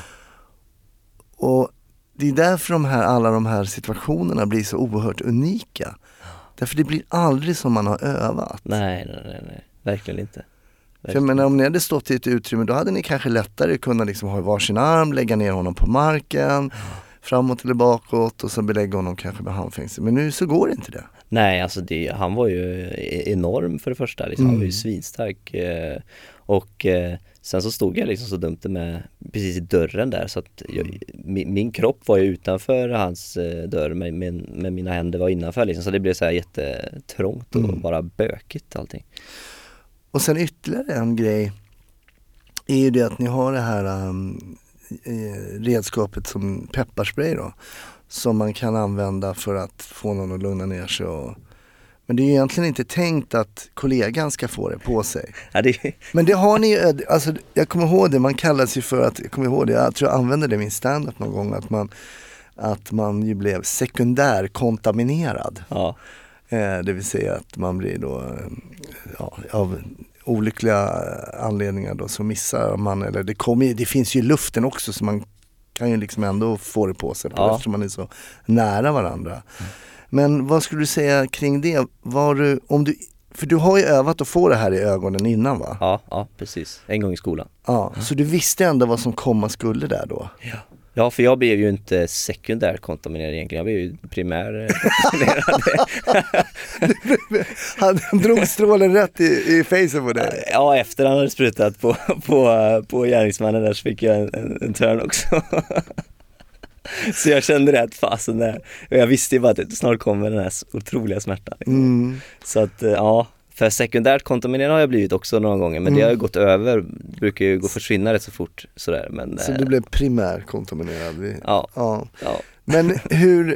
Och det är därför de här, alla de här situationerna blir så oerhört unika. Därför det blir aldrig som man har övat. Nej, nej, nej, nej. Verkligen inte. Verkligen. För jag menar, om ni hade stått i ett utrymme då hade ni kanske lättare kunnat liksom ha varsin arm, lägga ner honom på marken, framåt eller bakåt och så belägga honom kanske med handfängsel. Men nu så går det inte det. Nej, alltså det, han var ju enorm för det första. Liksom. Mm. Han var ju svinstark. Eh, och eh, sen så stod jag liksom så dumt med precis i dörren där. Så att jag, min, min kropp var ju utanför hans eh, dörr men, men, men mina händer var innanför. Liksom. Så det blev så här jättetrångt och mm. bara bökigt allting. Och sen ytterligare en grej är ju det att ni har det här um, redskapet som pepparspray då. Som man kan använda för att få någon att lugna ner sig. Och... Men det är ju egentligen inte tänkt att kollegan ska få det på sig. Ja, det... Men det har ni ju, alltså jag kommer ihåg det, man kallas ju för att, jag kommer ihåg det, jag tror jag använde det i min stand-up någon gång, att man, att man ju blev sekundär kontaminerad. Ja. Eh, det vill säga att man blir då, ja, av olyckliga anledningar då så missar man, eller det kommer, det finns ju i luften också så man kan ju liksom ändå få det på sig på ja. eftersom man är så nära varandra. Mm. Men vad skulle du säga kring det? Var du, om du, för du har ju övat att få det här i ögonen innan va? Ja, ja precis. En gång i skolan. Ja, så du visste ändå vad som komma skulle där då? Ja. Ja, för jag blev ju inte sekundär kontaminerad egentligen. Jag blev ju primär kontaminerad. Han drog strålen rätt i, i facen på dig. Ja, efter han hade sprutat på, på, på gärningsmannen där så fick jag en, en, en törn också. Så jag kände rätt fasen där. Och jag visste ju bara att snart kommer den här otroliga smärtan. Mm. Så att, ja... För sekundärt kontaminerad har jag blivit också några gånger. Men mm. det har ju gått över. Det brukar ju gå och försvinna rätt så fort. Sådär, men, så du blev primär kontaminerad? Ja. ja. ja. Men hur,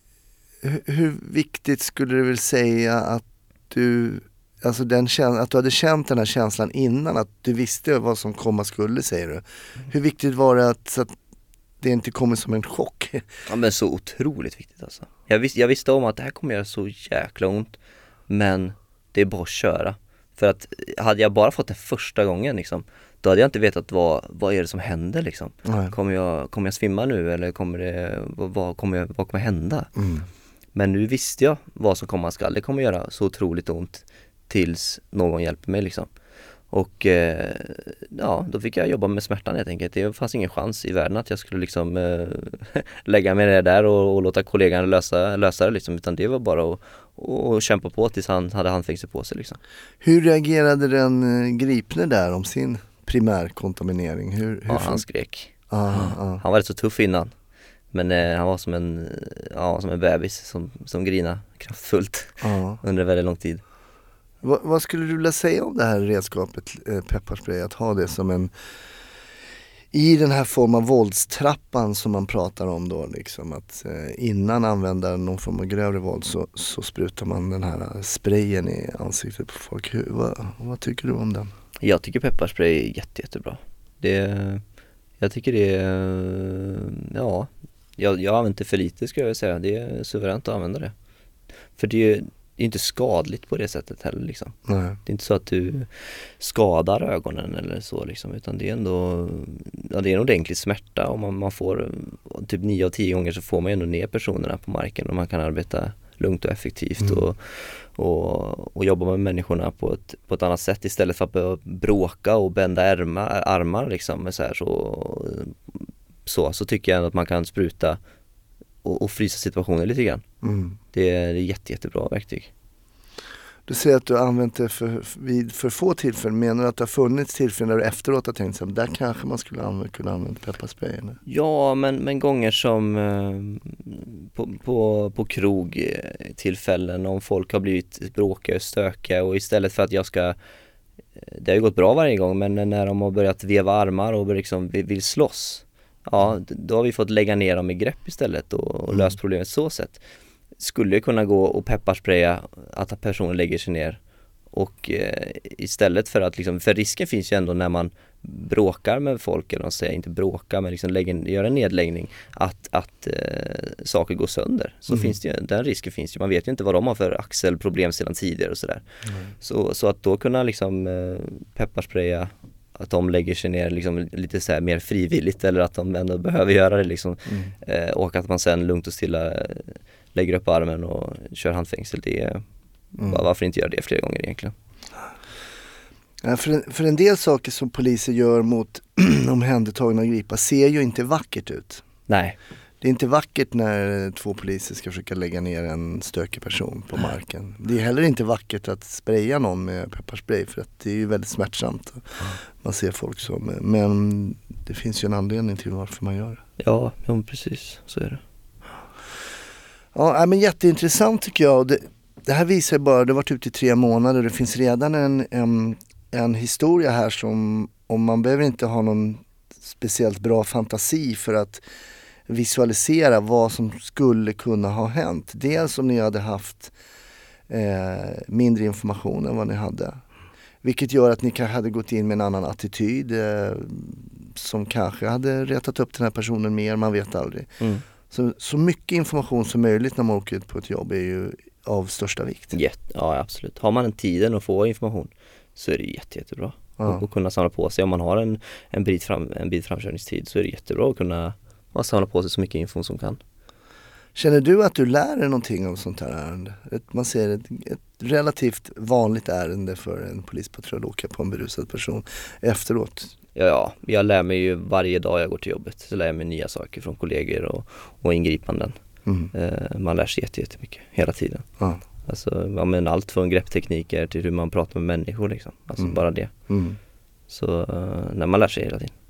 hur viktigt skulle du väl säga att du, alltså den, att du hade känt den här känslan innan? Att du visste vad som komma skulle, säger du. Hur viktigt var det att, så att det inte kommer som en chock? Ja, men så otroligt viktigt alltså. Jag, vis, jag visste om att det här kommer göra så jäkla ont. Men... det är bara att köra. För att hade jag bara fått det första gången liksom, då hade jag inte vetat vad, vad är det som händer liksom. Nej. Kommer jag, kommer jag svimma nu eller kommer det, vad, kommer jag, vad kommer hända? Mm. Men nu visste jag vad som komma skall. Det kommer göra så otroligt ont tills någon hjälper mig liksom. Och eh, ja, då fick jag jobba med smärtan helt enkelt. Det fanns ingen chans i världen att jag skulle liksom eh, lägga mig där och, och låta kollegan lösa, lösa det liksom. Utan det var bara att och kämpa på tills han hade handfängsel på sig liksom. Hur reagerade den gripne där om sin primärkontaminering? Hur, hur ja, han skrek. Ah, ah. Han var rätt så tuff innan. Men eh, han var som en, ja, som en bebis som, som grina kraftfullt ah. under väldigt lång tid. Va, vad skulle du vilja säga om det här redskapet eh, pepparspray? Att ha det som en, i den här form av våldstrappan som man pratar om då liksom, att eh, innan använda någon form av grövre våld så, så sprutar man den här sprayen i ansiktet på folk. Hur, vad, vad tycker du om den? Jag tycker pepparspray är jätte, jättebra. Det, jag tycker det är, ja, jag, jag använder det för lite ska jag säga. Det är suveränt att använda det. För det är Det är inte skadligt på det sättet heller liksom. Nej. Det är inte så att du skadar ögonen eller så liksom, utan det är ändå, ja, det är en ordentlig smärta och man, man får typ nio av tio gånger så får man ändå ner personerna på marken och man kan arbeta lugnt och effektivt mm. och, och, och jobba med människorna på ett, på ett annat sätt istället för att börja bråka och bända ärmar, armar liksom så, här, så, så, så tycker jag att man kan spruta och, och frysa situationen lite grann. Mm. Det är, det är jätte, jättebra verktyg. Du säger att du har använt det för, vid för få tillfällen. Menar du att det har funnits tillfällen där du efteråt har tänkt att där kanske man skulle använda, kunna använda pepparspray? Eller? Ja, men, men gånger som eh, på, på, på krog tillfällen om folk har blivit bråkiga och stökiga och istället för att jag ska, det har ju gått bra varje gång, men när de har börjat veva armar och liksom vill slåss, ja, då har vi fått lägga ner dem i grepp istället och, och lösa problemet så sätt. Skulle kunna gå och pepparspraya att personen lägger sig ner och eh, istället för att liksom, för risken finns ju ändå när man bråkar med folk, eller de säger inte bråka men liksom lägger, gör en nedläggning att, att eh, saker går sönder, så mm. finns det ju, den risken finns ju, man vet ju inte vad de har för axelproblem sedan tidigare och sådär. Mm. Så, så att då kunna liksom eh, pepparspraya att de lägger sig ner liksom lite så här mer frivilligt, eller att de ändå behöver göra det liksom, mm. eh, och att man sen lugnt och stilla lägger upp armen och kör handfängsel, det är, mm. varför inte göra det flera gånger egentligen? Ja, för, en, för en del saker som poliser gör mot omhändertagna och gripa ser ju inte vackert ut. Nej. Det är inte vackert när två poliser ska försöka lägga ner en stökig person på marken. Det är heller inte vackert att spraya någon med pepparspray, för att det är ju väldigt smärtsamt. Man ser folk som, men det finns ju en anledning till varför man gör det. Ja, ja precis, så är det. Ja, men jätteintressant tycker jag. Det, det här visar bara, det har varit ute i tre månader. Det finns redan en, en, en historia här som, om man behöver inte ha någon speciellt bra fantasi för att visualisera vad som skulle kunna ha hänt. Dels om ni hade haft eh, mindre information än vad ni hade. Vilket gör att ni kanske hade gått in med en annan attityd eh, som kanske hade retat upp den här personen mer, man vet aldrig. Mm. Så, så mycket information som möjligt när man åker ut på ett jobb är ju av största vikt. Jätte, ja, absolut. Har man en tiden att få information så är det jätte, jättebra. Ja. Och, och kunna samla på sig. Om man har en, en, bit fram, en bit framkörningstid så är det jättebra att kunna och samla på sig så mycket info som kan. Känner du att du lär dig någonting av sånt här ärende? Ett, man ser ett, ett relativt vanligt ärende för en polispatrull att åka på en berusad person efteråt. Ja, ja, jag lär mig ju varje dag jag går till jobbet. Så lär jag mig nya saker från kollegor och, och ingripanden. Mm. Eh, man lär sig jätte, jättemycket hela tiden. Ja. Alltså, ja, men allt från grepptekniker till hur man pratar med människor. Liksom. Alltså mm. bara det. Mm. Så eh, när man lär sig hela tiden.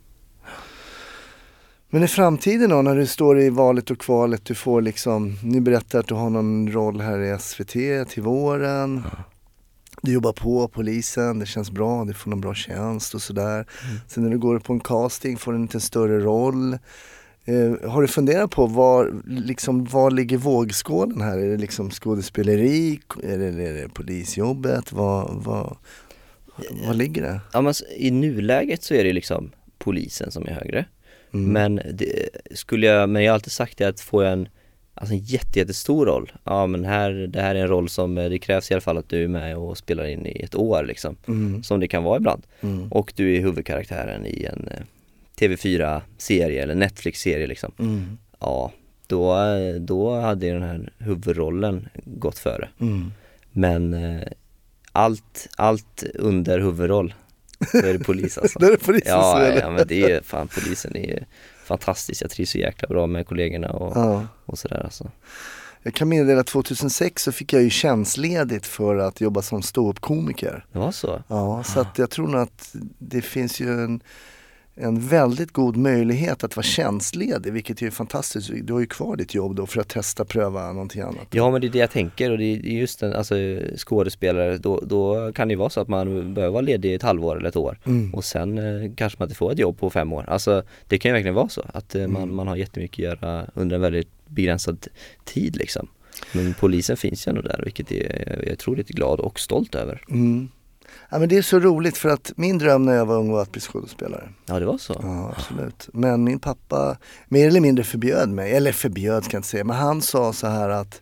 Men i framtiden då, när du står i valet och kvalet, du får liksom, ni berättar att du har någon roll här i S V T till våren. Ja. Du jobbar på polisen, det känns bra, du får någon bra tjänst och sådär. Mm. Sen när du går på en casting får du en lite större roll. Eh, har du funderat på var, liksom, var ligger vågskålen här? Är det liksom skådespeleri? Är det, är det polisjobbet? Var, var, var ligger det? Ja, men i nuläget så är det liksom polisen som är högre. Mm. Men, det, skulle jag, men jag har alltid sagt det att får jag en, alltså en jätte, jättestor roll. Ja, men här, det här är en roll som det krävs i alla fall att du är med och spelar in i ett år liksom. Mm. Som det kan vara ibland. Mm. Och du är huvudkaraktären i en T V fyra-serie eller Netflix-serie liksom. Mm. Ja, då, då hade den här huvudrollen gått före. Mm. Men eh, allt, allt under huvudroll så är det polis alltså. Det är det polisen ja, ja, ja, men det är fan, polisen är ju fantastiskt. Jag trivs så jäkla bra med kollegorna och, ja. och sådär alltså. Jag kan meddela att tjugohundrasex så fick jag ju tjänstledigt för att jobba som ståuppkomiker. Det var så? Ja, så att jag tror nog att det finns ju en, en väldigt god möjlighet att vara tjänstledig, vilket är fantastiskt. Du har ju kvar ditt jobb då för att testa, pröva någonting annat. Ja, men det är det jag tänker, och det är just en, alltså, skådespelare, då, då kan det ju vara så att man behöver vara ledig ett halvår eller ett år mm. och sen eh, kanske man inte får ett jobb på fem år. Alltså det kan ju verkligen vara så att eh, mm. man, man har jättemycket att göra under en väldigt begränsad tid liksom. Men polisen finns ju ändå där, vilket är, jag tror lite glad och stolt över. Mm. Ja, men det är så roligt, för att min dröm när jag var ung var att bli skådespelare. Ja, det var så? Ja, absolut. Men min pappa mer eller mindre förbjöd mig. Eller förbjöd ska jag inte säga. Men han sa så här att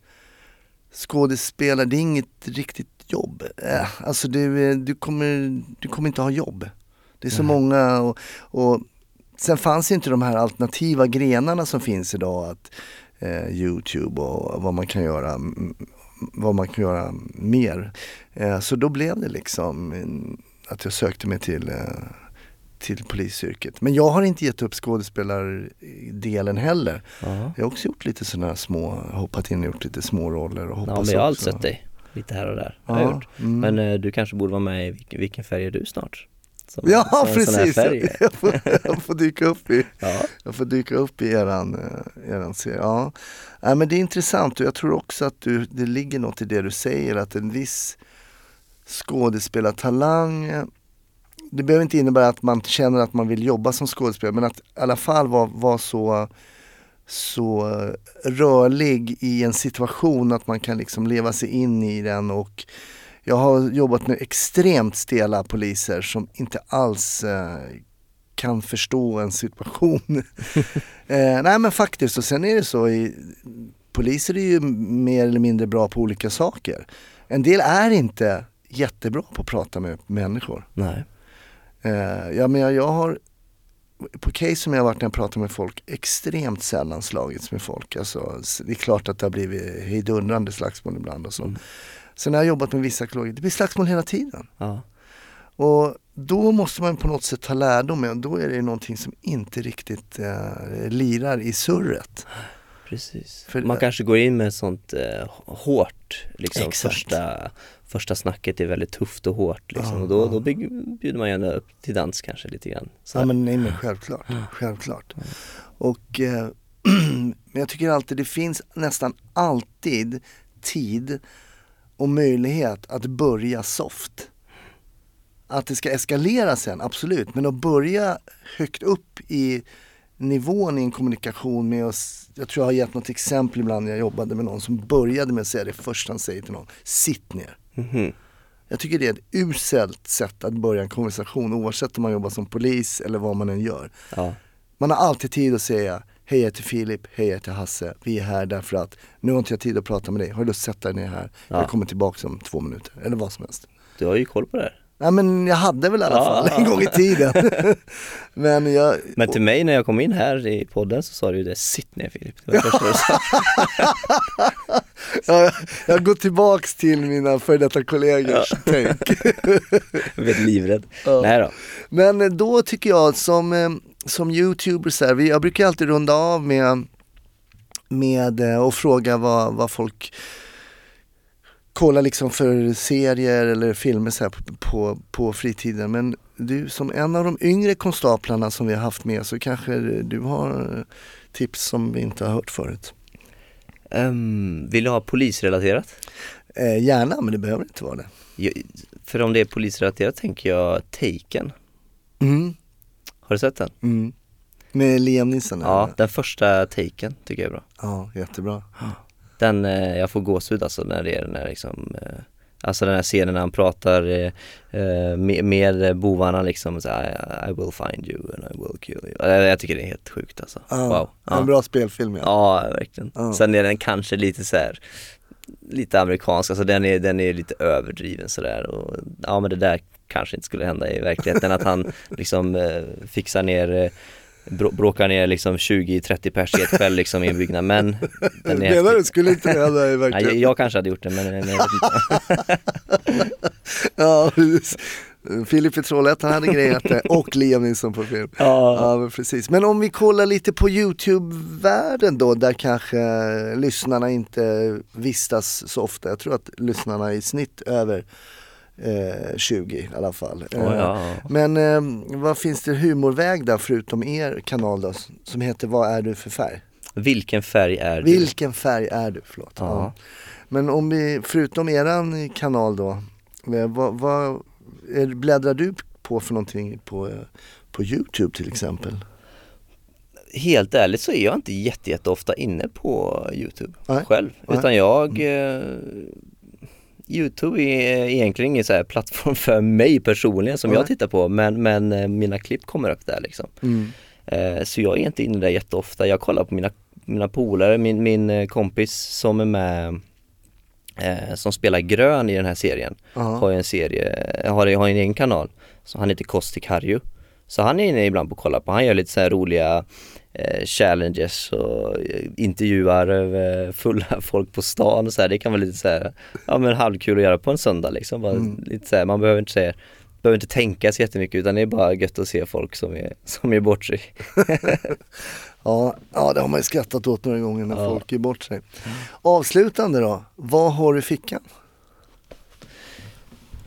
skådespelare, det är inget riktigt jobb. Äh, alltså du, du, kommer, du kommer inte ha jobb. Det är så mm. många och, och sen fanns inte de här alternativa grenarna som finns idag. Att eh, YouTube och vad man kan göra vad man kan göra mer. Eh, så då blev det liksom en, att jag sökte mig till, eh, till polisyrket. Men jag har inte gett upp skådespelardelen heller. Uh-huh. Jag har också gjort lite sådana små, hoppat in och gjort lite små roller. Och hoppas ja, men jag har alltid sett dig. lite här och där. Ja, Har jag gjort. mm. Men eh, du kanske borde vara med i vilken, vilken färg är du snart? Som, Ja, som en sån här precis. färg. Jag får, jag får dyka upp i Ja. jag får dyka upp i eran, eh, eran serie. Ja. Ja, men det är intressant och jag tror också att du, det ligger något i det du säger, att en viss skådespelartalang, eh, det behöver inte innebära att man känner att man vill jobba som skådespelare, men att i alla fall vara var så så rörlig i en situation att man kan liksom leva sig in i den. Och jag har jobbat med extremt stela poliser som inte alls eh, kan förstå en situation. eh, nej men faktiskt, och sen är det så, i, poliser är ju mer eller mindre bra på olika saker. En del är inte jättebra på att prata med människor. Nej. Eh, ja, men jag, jag har på case som jag har varit när jag pratar med folk extremt sällan slagits med folk. Alltså, det är klart att det har blivit hejdundrande slagsmål ibland och så. Mm. Sen har jag jobbat med vissa kollegor, det blir slagsmål hela tiden. Ja. Och då måste man på något sätt ta lärdom, och då är det någonting som inte riktigt eh, lirar i surret. Precis. För, man kanske går in med sånt eh, hårt, liksom exakt. första, första snacket är väldigt tufft och hårt liksom. Ja, och då, ja. då bjuder man gärna upp till dans kanske lite grann. Så ja men nej men självklart, självklart. Mm. Och eh, men jag tycker alltid det finns nästan alltid tid och möjlighet att börja soft. Att det ska eskalera sen, absolut, men att börja högt upp i nivån i en kommunikation med oss. Jag tror jag har gett något exempel ibland när jag jobbade med någon som började med att säga det första han säger till någon: sitt ner. Mm-hmm. Jag tycker det är ett uselt sätt att börja en konversation, oavsett om man jobbar som polis eller vad man än gör. Ja. Man har alltid tid att säga: hej, jag heter Filip, hej, jag heter Hasse, vi är här därför att nu har inte jag tid att prata med dig, har du lust att sätta dig ner här? Ja. Jag kommer tillbaka om två minuter, eller vad som helst. Du har ju koll på det här. Nej men jag hade väl i alla Ja. fall en gång i tiden. men jag... Men till mig när jag kom in här i podden så sa du ju det: sitt ner Filip. Det var det första du sa. ja, jag, jag har gått tillbaks till mina för detta kollegors Ja. tänk. Jag vet, livrädd. Ja. Nej då. Men då tycker jag som, eh, som youtuber så här, vi, jag brukar alltid runda av med, med eh, och fråga vad, vad folk kollar liksom för serier eller filmer så här på, på, på fritiden. Men du som en av de yngre konstaplarna som vi har haft med, så kanske du har tips som vi inte har hört förut. Um, vill du ha polisrelaterat? Eh, gärna, men det behöver inte vara det. Jag, för om det är polisrelaterat tänker jag Taken. Mm. Har du sett den? Mm. Med Liam Neeson? Ja, eller? den första Taken tycker jag är bra. Ja, jättebra. Den, eh, jag får gåshud alltså när det är den här liksom, eh, alltså den här scenen när han pratar eh, eh, med, med bovarna liksom så här, I, I will find you and I will kill you. Jag, jag tycker det är helt sjukt alltså. Ja, Wow. en Ja. bra spelfilm. Ja. Ja, verkligen. Ja. Sen är den kanske lite så här, lite amerikansk, alltså den är, den är lite överdriven sådär, och ja men det där kanske inte skulle hända i verkligheten, att han liksom eh, fixar ner eh, Brå- bråkar ner liksom tjugo trettio pers i ett kväll liksom i en byggnad, men den är Menar du, häftig. skulle inte det hända i Nej, verkligheten? jag, jag kanske hade gjort det, men, men jag vet inte. Ja, precis. Filip i Trollhättan hade grejat det, och Liam Neeson på film. Ja. Ja, men precis. Men om vi kollar lite på YouTube-världen då, där kanske lyssnarna inte vistas så ofta. Jag tror att lyssnarna är i snitt över eh, tjugo i alla fall. Oh, ja. Men eh, vad finns det humorväg där förutom er kanal då, som heter Vad är du för färg? Vilken färg är du? Vilken färg är du? Förlåt. Ja. Ja. Men om vi, förutom eran kanal då, eh, vad, vad är, bläddrar du på för någonting på, eh, på YouTube till exempel? Helt ärligt så är jag inte jätte, jätte ofta inne på YouTube Nej. själv. Nej. Utan jag... Eh, YouTube är egentligen ingen så här plattform för mig personligen som Nej. jag tittar på. Men, men eh, mina klipp kommer upp där liksom. Mm. Eh, så jag är inte inne där jätteofta. Jag kollar på mina, mina polare. Min, min eh, kompis som är med... Eh, som spelar grön i den här serien. Aha. Har ju en serie, har, har en egen kanal. Så han heter Kostik Harju. Så han är inne ibland på att kolla på. Han gör lite så här roliga eh, challenges och eh, intervjuar eh, fulla folk på stan och så här. Det kan vara lite så här, ja men halvkul att göra på en söndag liksom. Bara Mm. lite så här, man behöver inte säga, behöver inte tänka så jättemycket, utan det är bara gött att se folk som är, som är bort sig. Ja, ja, det har man ju skrattat åt några gånger när Ja. folk är bort sig. Avslutande då, vad har du i fickan?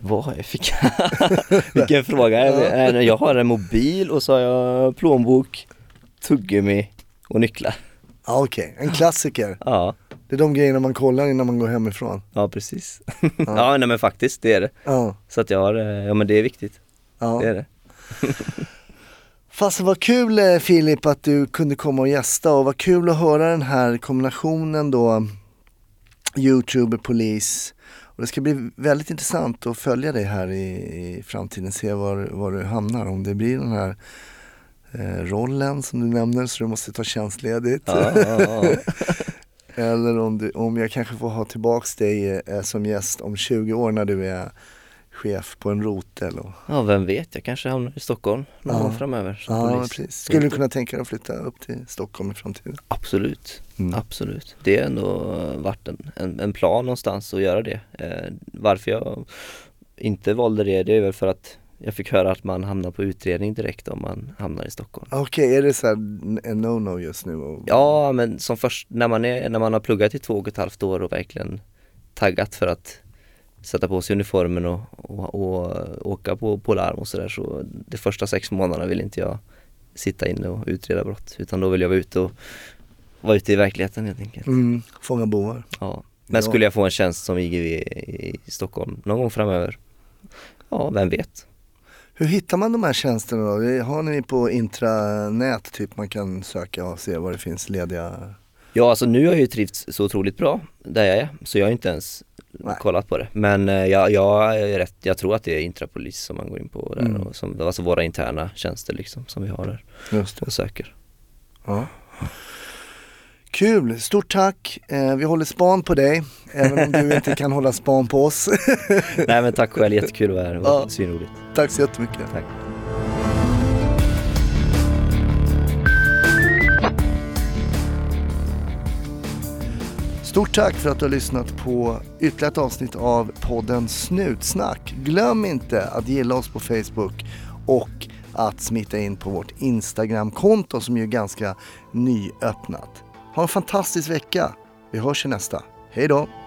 Vad fick jag? Vilken fråga. Jag, jag har en mobil och så har jag plånbok, tuggummi och nycklar. Ja, okej. Okay. En klassiker. Ja. Det är de grejerna man kollar innan man går hemifrån. Ja, precis. Ja, ja nej, men faktiskt, det är det. Ja. Så att jag har, ja men det är viktigt. Ja. Det är det. Fast vad kul Filip att du kunde komma och gästa, och vad kul att höra den här kombinationen då, YouTube, polis. Och det ska bli väldigt intressant att följa dig här i, i framtiden, se var, var du hamnar, om det blir den här eh, rollen som du nämner så du måste ta tjänstledigt. Ja, ja, ja. Eller om, du, om jag kanske får ha tillbaks dig eh, som gäst om tjugo år när du är chef på en rotel. Och... Ja, vem vet, jag kanske hamnar i Stockholm någon ja. gång framöver som ja, polis. precis. Skulle du kunna tänka dig att flytta upp till Stockholm i framtiden? Absolut, mm. absolut. Det har ändå varit en, en, en plan någonstans att göra det. Eh, varför jag inte valde det, det är väl för att jag fick höra att man hamnar på utredning direkt om man hamnar i Stockholm. Okej, okay, är det så här en no-no just nu? Och... Ja, men som först, när man, är, när man har pluggat i två och ett halvt år och verkligen taggat för att sätta på sig uniformen och, och, och åka på, på larm och sådär, så de första sex månaderna vill inte jag sitta inne och utreda brott, utan då vill jag vara ute och vara ute i verkligheten helt enkelt. Mm, fånga bovar. Ja. Men ja. Skulle jag få en tjänst som I G V i Stockholm någon gång framöver? Ja, vem vet. Hur hittar man de här tjänsterna då? Har ni på intranät typ man kan söka och se vad det finns lediga? Ja, alltså nu har jag ju trivts så otroligt bra där jag är, så jag har inte ens Nej. kollat på det. Men jag, jag, är rätt, jag tror att det är intrapolis som man går in på där, mm. och som, alltså våra interna tjänster liksom, som vi har där. Just det. Och söker. Ja. Kul, stort tack. Eh, vi håller span på dig, även om du inte kan hålla span på oss. Nej, men tack själv, jättekul att vara här. Det var ja. svinroligt. Tack så jättemycket. Tack. Stort tack för att du har lyssnat på ytterligare ett avsnitt av podden Snutsnack. Glöm inte att gilla oss på Facebook och att smita in på vårt Instagram-konto som är ganska nyöppnat. Ha en fantastisk vecka. Vi hörs i nästa. Hej då!